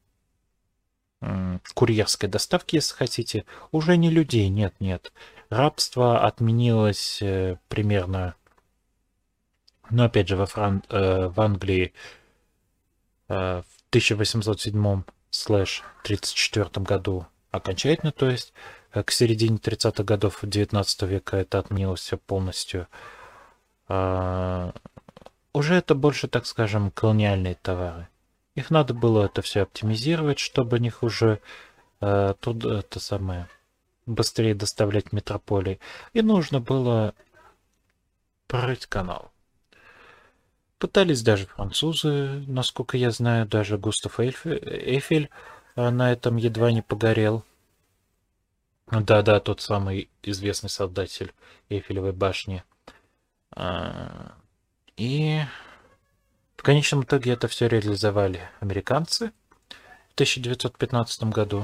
м, курьерской доставки, если хотите, уже не людей, нет-нет. Рабство отменилось э, примерно, ну, опять же, во Фран... э, в Англии э, в тысяча восемьсот седьмом тридцать четвёртом году окончательно, то есть к середине тридцатых годов девятнадцатого века это отменилось все полностью. А, уже это больше, так скажем, колониальные товары. Их надо было это все оптимизировать, чтобы них уже а, тут это самое быстрее доставлять в метрополии. И нужно было прорыть канал. Пытались даже французы, насколько я знаю, даже Густав Эйфель на этом едва не погорел. Да-да, тот самый известный создатель Эйфелевой башни. И в конечном итоге это все реализовали американцы в тысяча девятьсот пятнадцатом году.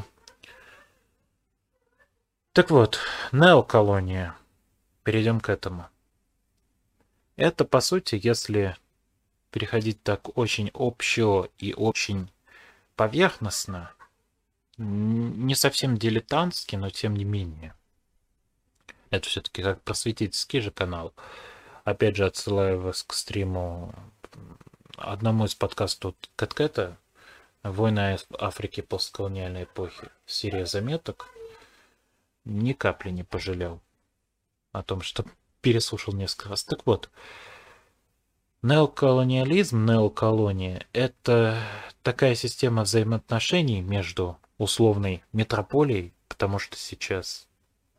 Так вот, неоколония. Перейдем к этому. Это, по сути, если переходить так очень общо и очень поверхностно, не совсем дилетантски, но тем не менее. Это все-таки как просветительский же канал. Опять же, отсылаю вас к стриму одному из подкастов Кэткэта «Война Африки постколониальной эпохи. Серия заметок». Ни капли не пожалел о том, что переслушал несколько раз. Так вот, неоколониализм, неоколония — это такая система взаимоотношений между условной метрополией, потому что сейчас,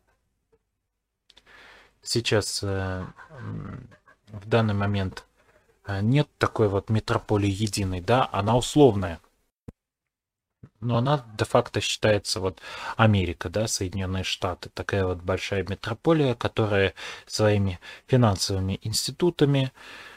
сейчас э, в данный момент нет такой вот метрополии единой, да, она условная. Но она де-факто считается вот Америка, да, Соединенные Штаты, такая вот большая метрополия, которая своими финансовыми институтами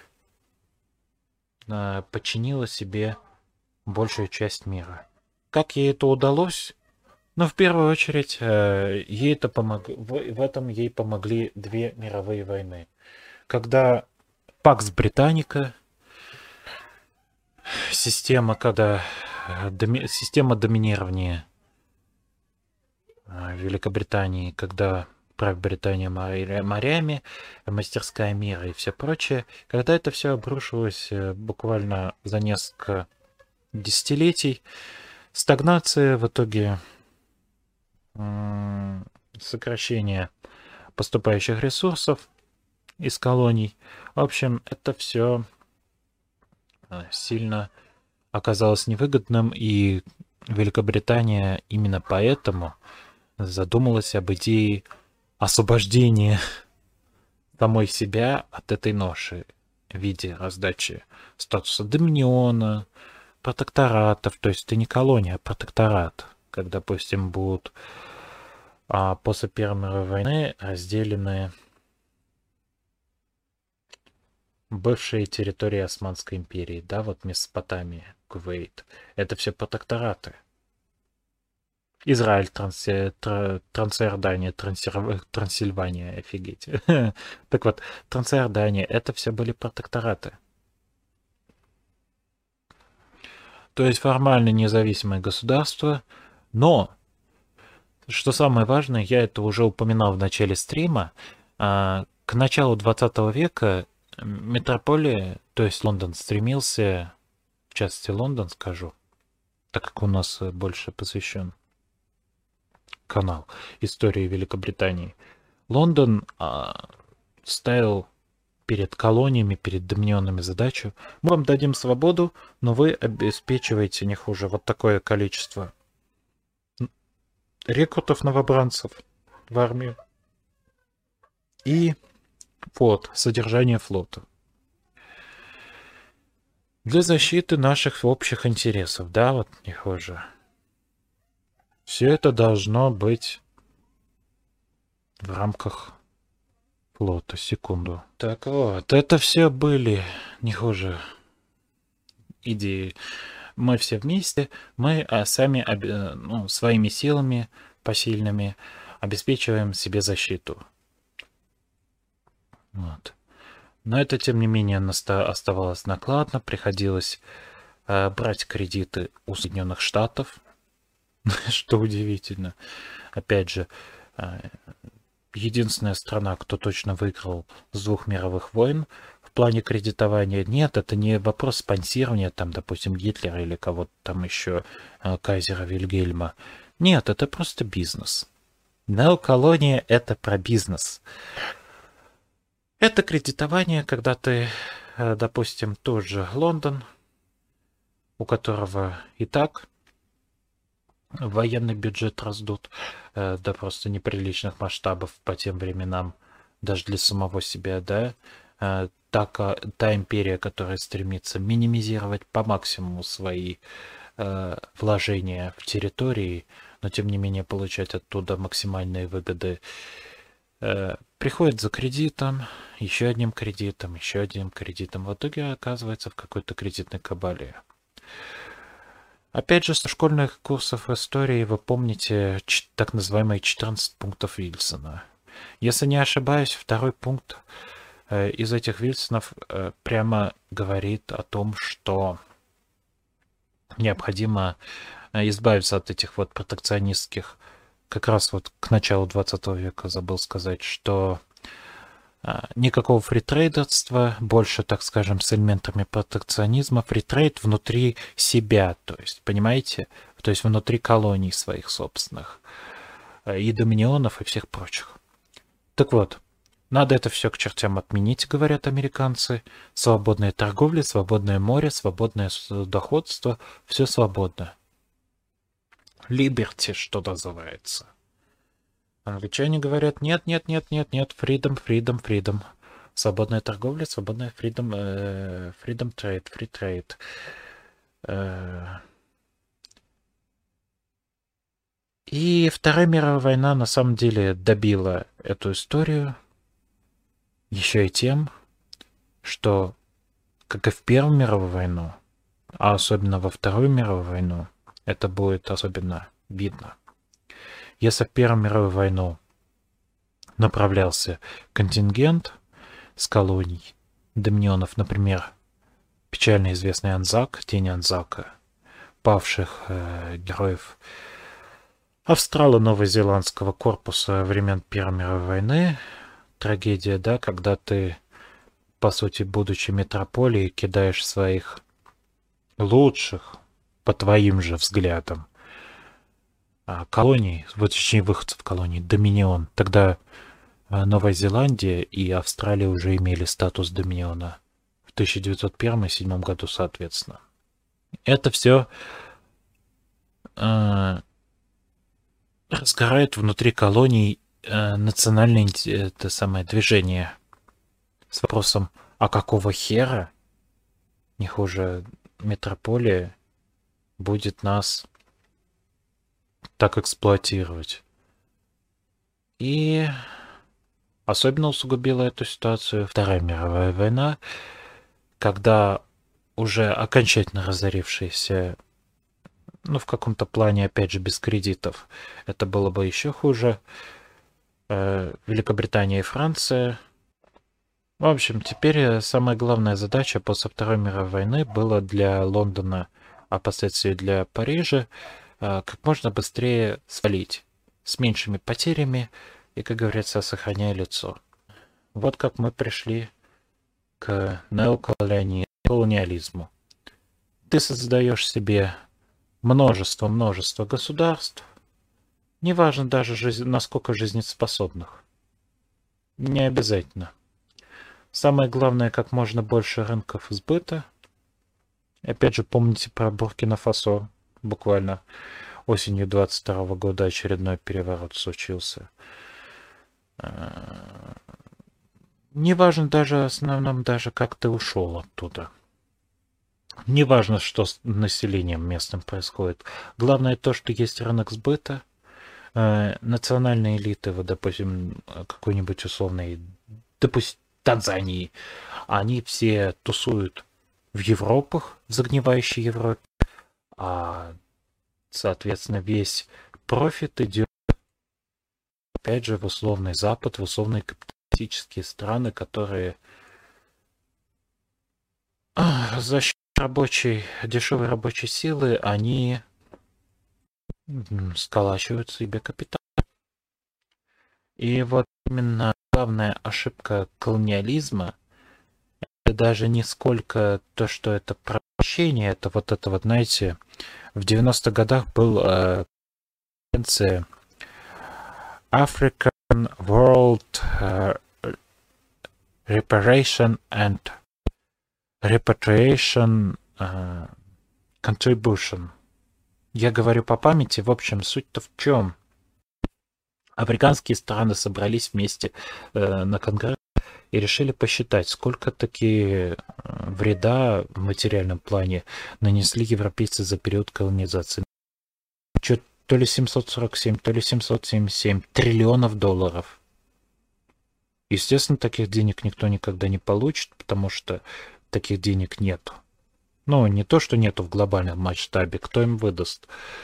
э, подчинила себе большую часть мира. Как ей это удалось? Ну, в первую очередь, э, ей это помог... в, в этом ей помогли две мировые войны. Когда Пакс Британика, система, когда доми... система доминирования Великобритании, когда правит Британия морями, мастерская мира и все прочее, когда это все обрушилось буквально за несколько десятилетий, стагнация, в итоге сокращение поступающих ресурсов из колоний. В общем, это все сильно оказалось невыгодным, и Великобритания именно поэтому задумалась об идее освобождения самой себя от этой ноши в виде раздачи статуса доминиона, протекторатов, то есть это не колония, а протекторат, как, допустим, будут а, после Первой мировой войны разделены бывшие территории Османской империи, да, вот Месопотамия, Кувейт, это все протектораты. Израиль, Транси... Трансиордания, Трансир... Трансильвания, офигеть. Так вот, Трансиордания, это все были протектораты. То есть формально независимое государство, но, что самое важное, я это уже упоминал в начале стрима, к началу двадцатого века метрополия, то есть Лондон, стремился, в частности Лондон, скажу, так как у нас больше посвящен канал истории Великобритании. Лондон а, ставил перед колониями, перед доминионными задачу: мы вам дадим свободу, но вы обеспечиваете не хуже вот такое количество рекрутов, новобранцев в армию и флот, содержание флота для защиты наших общих интересов, да, вот не хуже. Все это должно быть в рамках флота. Секунду. Так вот, это все были не хуже идеи. Мы все вместе, мы а сами ну, своими силами посильными обеспечиваем себе защиту. Вот. Но это, тем не менее, оставалось накладно. Приходилось э, брать кредиты у Соединенных Штатов. Что удивительно. Опять же, единственная страна, кто точно выиграл с двух мировых войн в плане кредитования. Нет, это не вопрос спонсирования, там, допустим, Гитлера или кого-то там еще, кайзера Вильгельма. Нет, это просто бизнес. Неоколония — это про бизнес. Это кредитование, когда ты, допустим, тот же Лондон, у которого и так военный бюджет раздут э, до просто неприличных масштабов по тем временам, даже для самого себя, да, э, так, а, та империя, которая стремится минимизировать по максимуму свои э, вложения в территории, но тем не менее получать оттуда максимальные выгоды, э, приходит за кредитом, еще одним кредитом, еще одним кредитом, в итоге оказывается в какой-то кредитной кабале. Опять же, со школьных курсов истории вы помните так называемые четырнадцать пунктов Вильсона. Если не ошибаюсь, второй пункт э, из этих Вильсонов э, прямо говорит о том, что необходимо э, избавиться от этих вот протекционистских, как раз вот к началу двадцатого века забыл сказать, что никакого фритрейдерства, больше, так скажем, с элементами протекционизма, фритрейд внутри себя, то есть, понимаете, то есть внутри колоний своих собственных, и доминионов, и всех прочих. Так вот, надо это все к чертям отменить, говорят американцы. Свободная торговля, свободное море, свободное судоходство, все свободно. Liberty, что называется. Англичане говорят, нет, нет, нет, нет, нет, freedom, freedom, freedom. Свободная торговля, свободная freedom, э, freedom trade, free trade. Э. И Вторая мировая война на самом деле добила эту историю еще и тем, что, как и в Первую мировую войну, а особенно во Вторую мировую войну, это будет особенно видно. Если в Первую мировую войну направлялся контингент с колоний, доминионов, например, печально известный Анзак, день Анзака, павших э, героев австрало-новозеландского корпуса времен Первой мировой войны, трагедия, да, когда ты, по сути, будучи метрополией, кидаешь своих лучших, по твоим же взглядам, колоний, вот точнее выходцев колоний, доминион. Тогда Новая Зеландия и Австралия уже имели статус доминиона в тысяча девятьсот первом и тысяча девятьсот седьмом году, соответственно. Это все э, разгорает внутри колоний э, национальное это самое движение с вопросом, а какого хера, не хуже метрополия, будет нас так эксплуатировать. И особенно усугубила эту ситуацию Вторая мировая война, когда уже окончательно разорившиеся, ну, в каком-то плане, опять же, без кредитов, это было бы еще хуже, э, Великобритания и Франция. В общем, теперь самая главная задача после Второй мировой войны была для Лондона, а впоследствии для Парижа, как можно быстрее свалить с меньшими потерями и, как говорится, сохраняя лицо. Вот как мы пришли к неоколониализму. Ты создаешь себе множество-множество государств, неважно даже, жизнь, насколько жизнеспособных. Не обязательно. Самое главное, как можно больше рынков сбыта. Опять же, помните про Буркина-Фасо. Буквально осенью двадцать второго года очередной переворот случился. Неважно даже в основном, даже как ты ушел оттуда. Неважно, что с населением местным происходит. Главное то, что есть рынок сбыта. Национальные элиты, вот, допустим, какой-нибудь условной, допустим, Танзании, они все тусуют в Европах, в загнивающей Европе, а, соответственно, весь профит идет, опять же, в условный Запад, в условные капиталистические страны, которые а, за счет рабочей, дешевой рабочей силы, они сколачивают себе капитал. И вот именно главная ошибка колониализма — это даже не сколько то, что это прощение, это вот это вот, знаете, в девяностых годах был э, конференции African World uh, Reparation and Repatriation uh, Contribution. Я говорю по памяти, в общем, суть-то в чем? Африканские страны собрались вместе э, на конгресс и решили посчитать, сколько таки вреда в материальном плане нанесли европейцы за период колонизации. Чё, то ли семьсот сорок семь, то ли семьсот семьдесят семь триллионов долларов. Естественно, таких денег никто никогда не получит, потому что таких денег нету. Ну, не то, что нету в глобальном масштабе, кто им выдаст.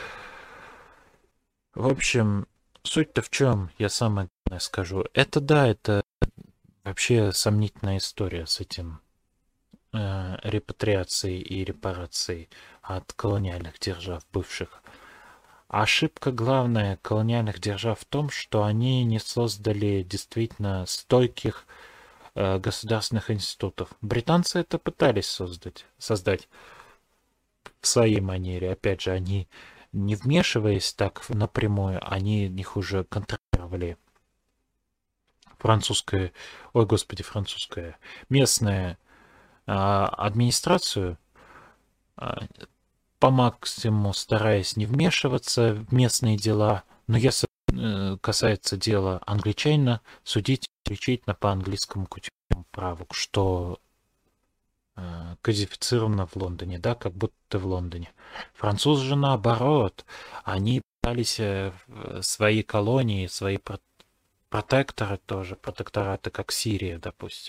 В общем, суть-то в чем, я самое главное скажу. Это да, это вообще сомнительная история с этим э, репатриацией и репарацией от колониальных держав бывших. Ошибка главная колониальных держав в том, что они не создали действительно стойких э, государственных институтов. Британцы это пытались создать, создать в своей манере. Опять же, они, не вмешиваясь так напрямую, они их уже контролировали. Французская, ой господи, французская, местная э, администрацию, э, по максимуму стараясь не вмешиваться в местные дела, но если э, касается дела англичанина, судить исключительно по английскому кутевому праву, что э, кодифицировано в Лондоне, да, как будто ты в Лондоне. Французы же наоборот, они пытались э, свои колонии, свои про- протекторы тоже, протектораты, как Сирия, допустим.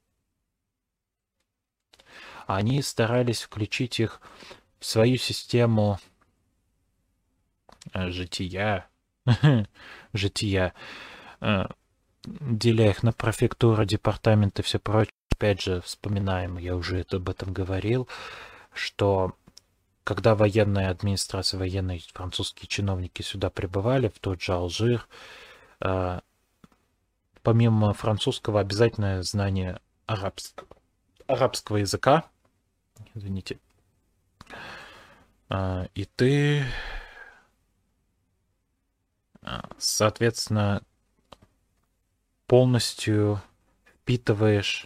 Они старались включить их в свою систему э, жития, жития, э, деля их на префектуры, департаменты и все прочее. Опять же, вспоминаем, я уже это, об этом говорил, что когда военная администрация, военные французские чиновники сюда прибывали, в тот же Алжир, э, помимо французского обязательное знание арабского, арабского языка, извините, э, и ты, э, соответственно, полностью впитываешь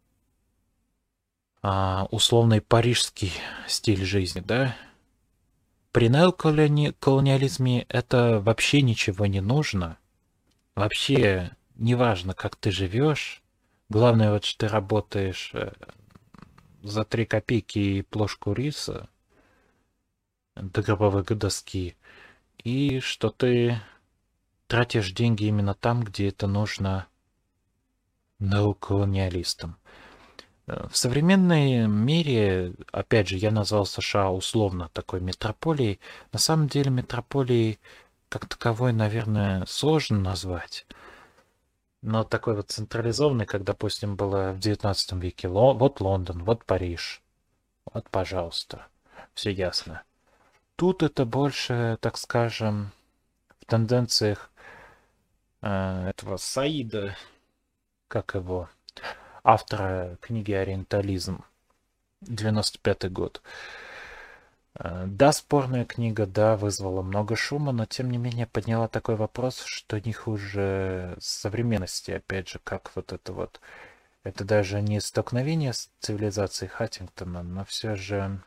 а, условный парижский стиль жизни, да? При неоколониализме это вообще ничего не нужно. Вообще не важно, как ты живешь. Главное, вот что ты работаешь э, за три копейки и плошку риса до гробовой доски, и что ты тратишь деньги именно там, где это нужно неоколониалистам. В современной мире, опять же, я назвал США условно такой метрополией. На самом деле метрополией как таковой, наверное, сложно назвать. Но такой вот централизованный, как, допустим, было в девятнадцатом веке. Ло- вот Лондон, вот Париж. Вот, пожалуйста. Все ясно. Тут это больше, так скажем, в тенденциях э, этого Саида, как его, автора книги «Ориентализм», девяносто пятый год. Да, спорная книга, да, вызвала много шума, но тем не менее подняла такой вопрос, что не хуже современности, опять же, как вот это вот. Это даже не столкновение с цивилизацией Хаттингтона, но все же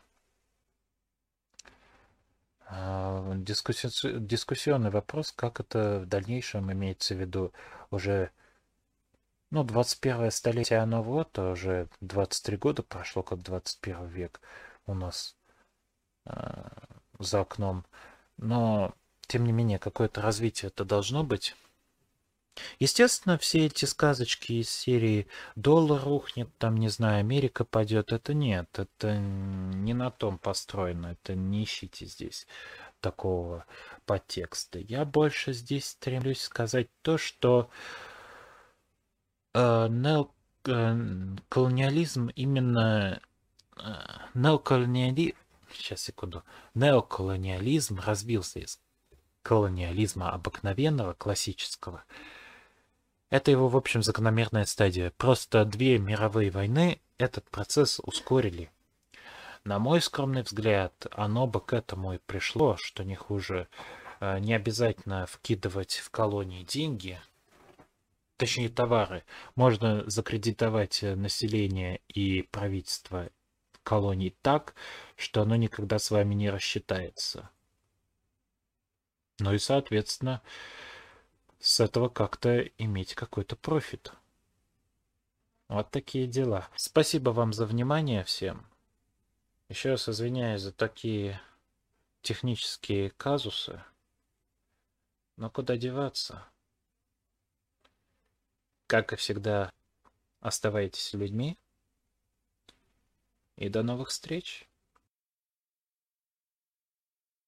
э, дискусси- дискуссионный вопрос, как это в дальнейшем имеется в виду уже. Ну, двадцать первое столетие, оно вот, а уже двадцать три года прошло, как двадцать первый век у нас э, за окном. Но, тем не менее, какое-то развитие это должно быть. Естественно, все эти сказочки из серии «Доллар рухнет», там, не знаю, «Америка падет», это нет, это не на том построено, это не ищите здесь такого подтекста. Я больше здесь стремлюсь сказать то, что э, неоколониализм именно э, неоколониали... Сейчас, секунду. Неоколониализм развился из колониализма обыкновенного, классического. Это его, в общем, закономерная стадия. Просто две мировые войны этот процесс ускорили. На мой скромный взгляд, оно бы к этому и пришло, что не хуже э, не обязательно вкидывать в колонии деньги, точнее товары. Можно закредитовать э, население и правительство колоний так, что оно никогда с вами не рассчитается. Ну и, соответственно, с этого как-то иметь какой-то профит. Вот такие дела. Спасибо вам за внимание всем. Еще раз извиняюсь за такие технические казусы. Но куда деваться? Как и всегда, оставайтесь людьми. И до новых встреч.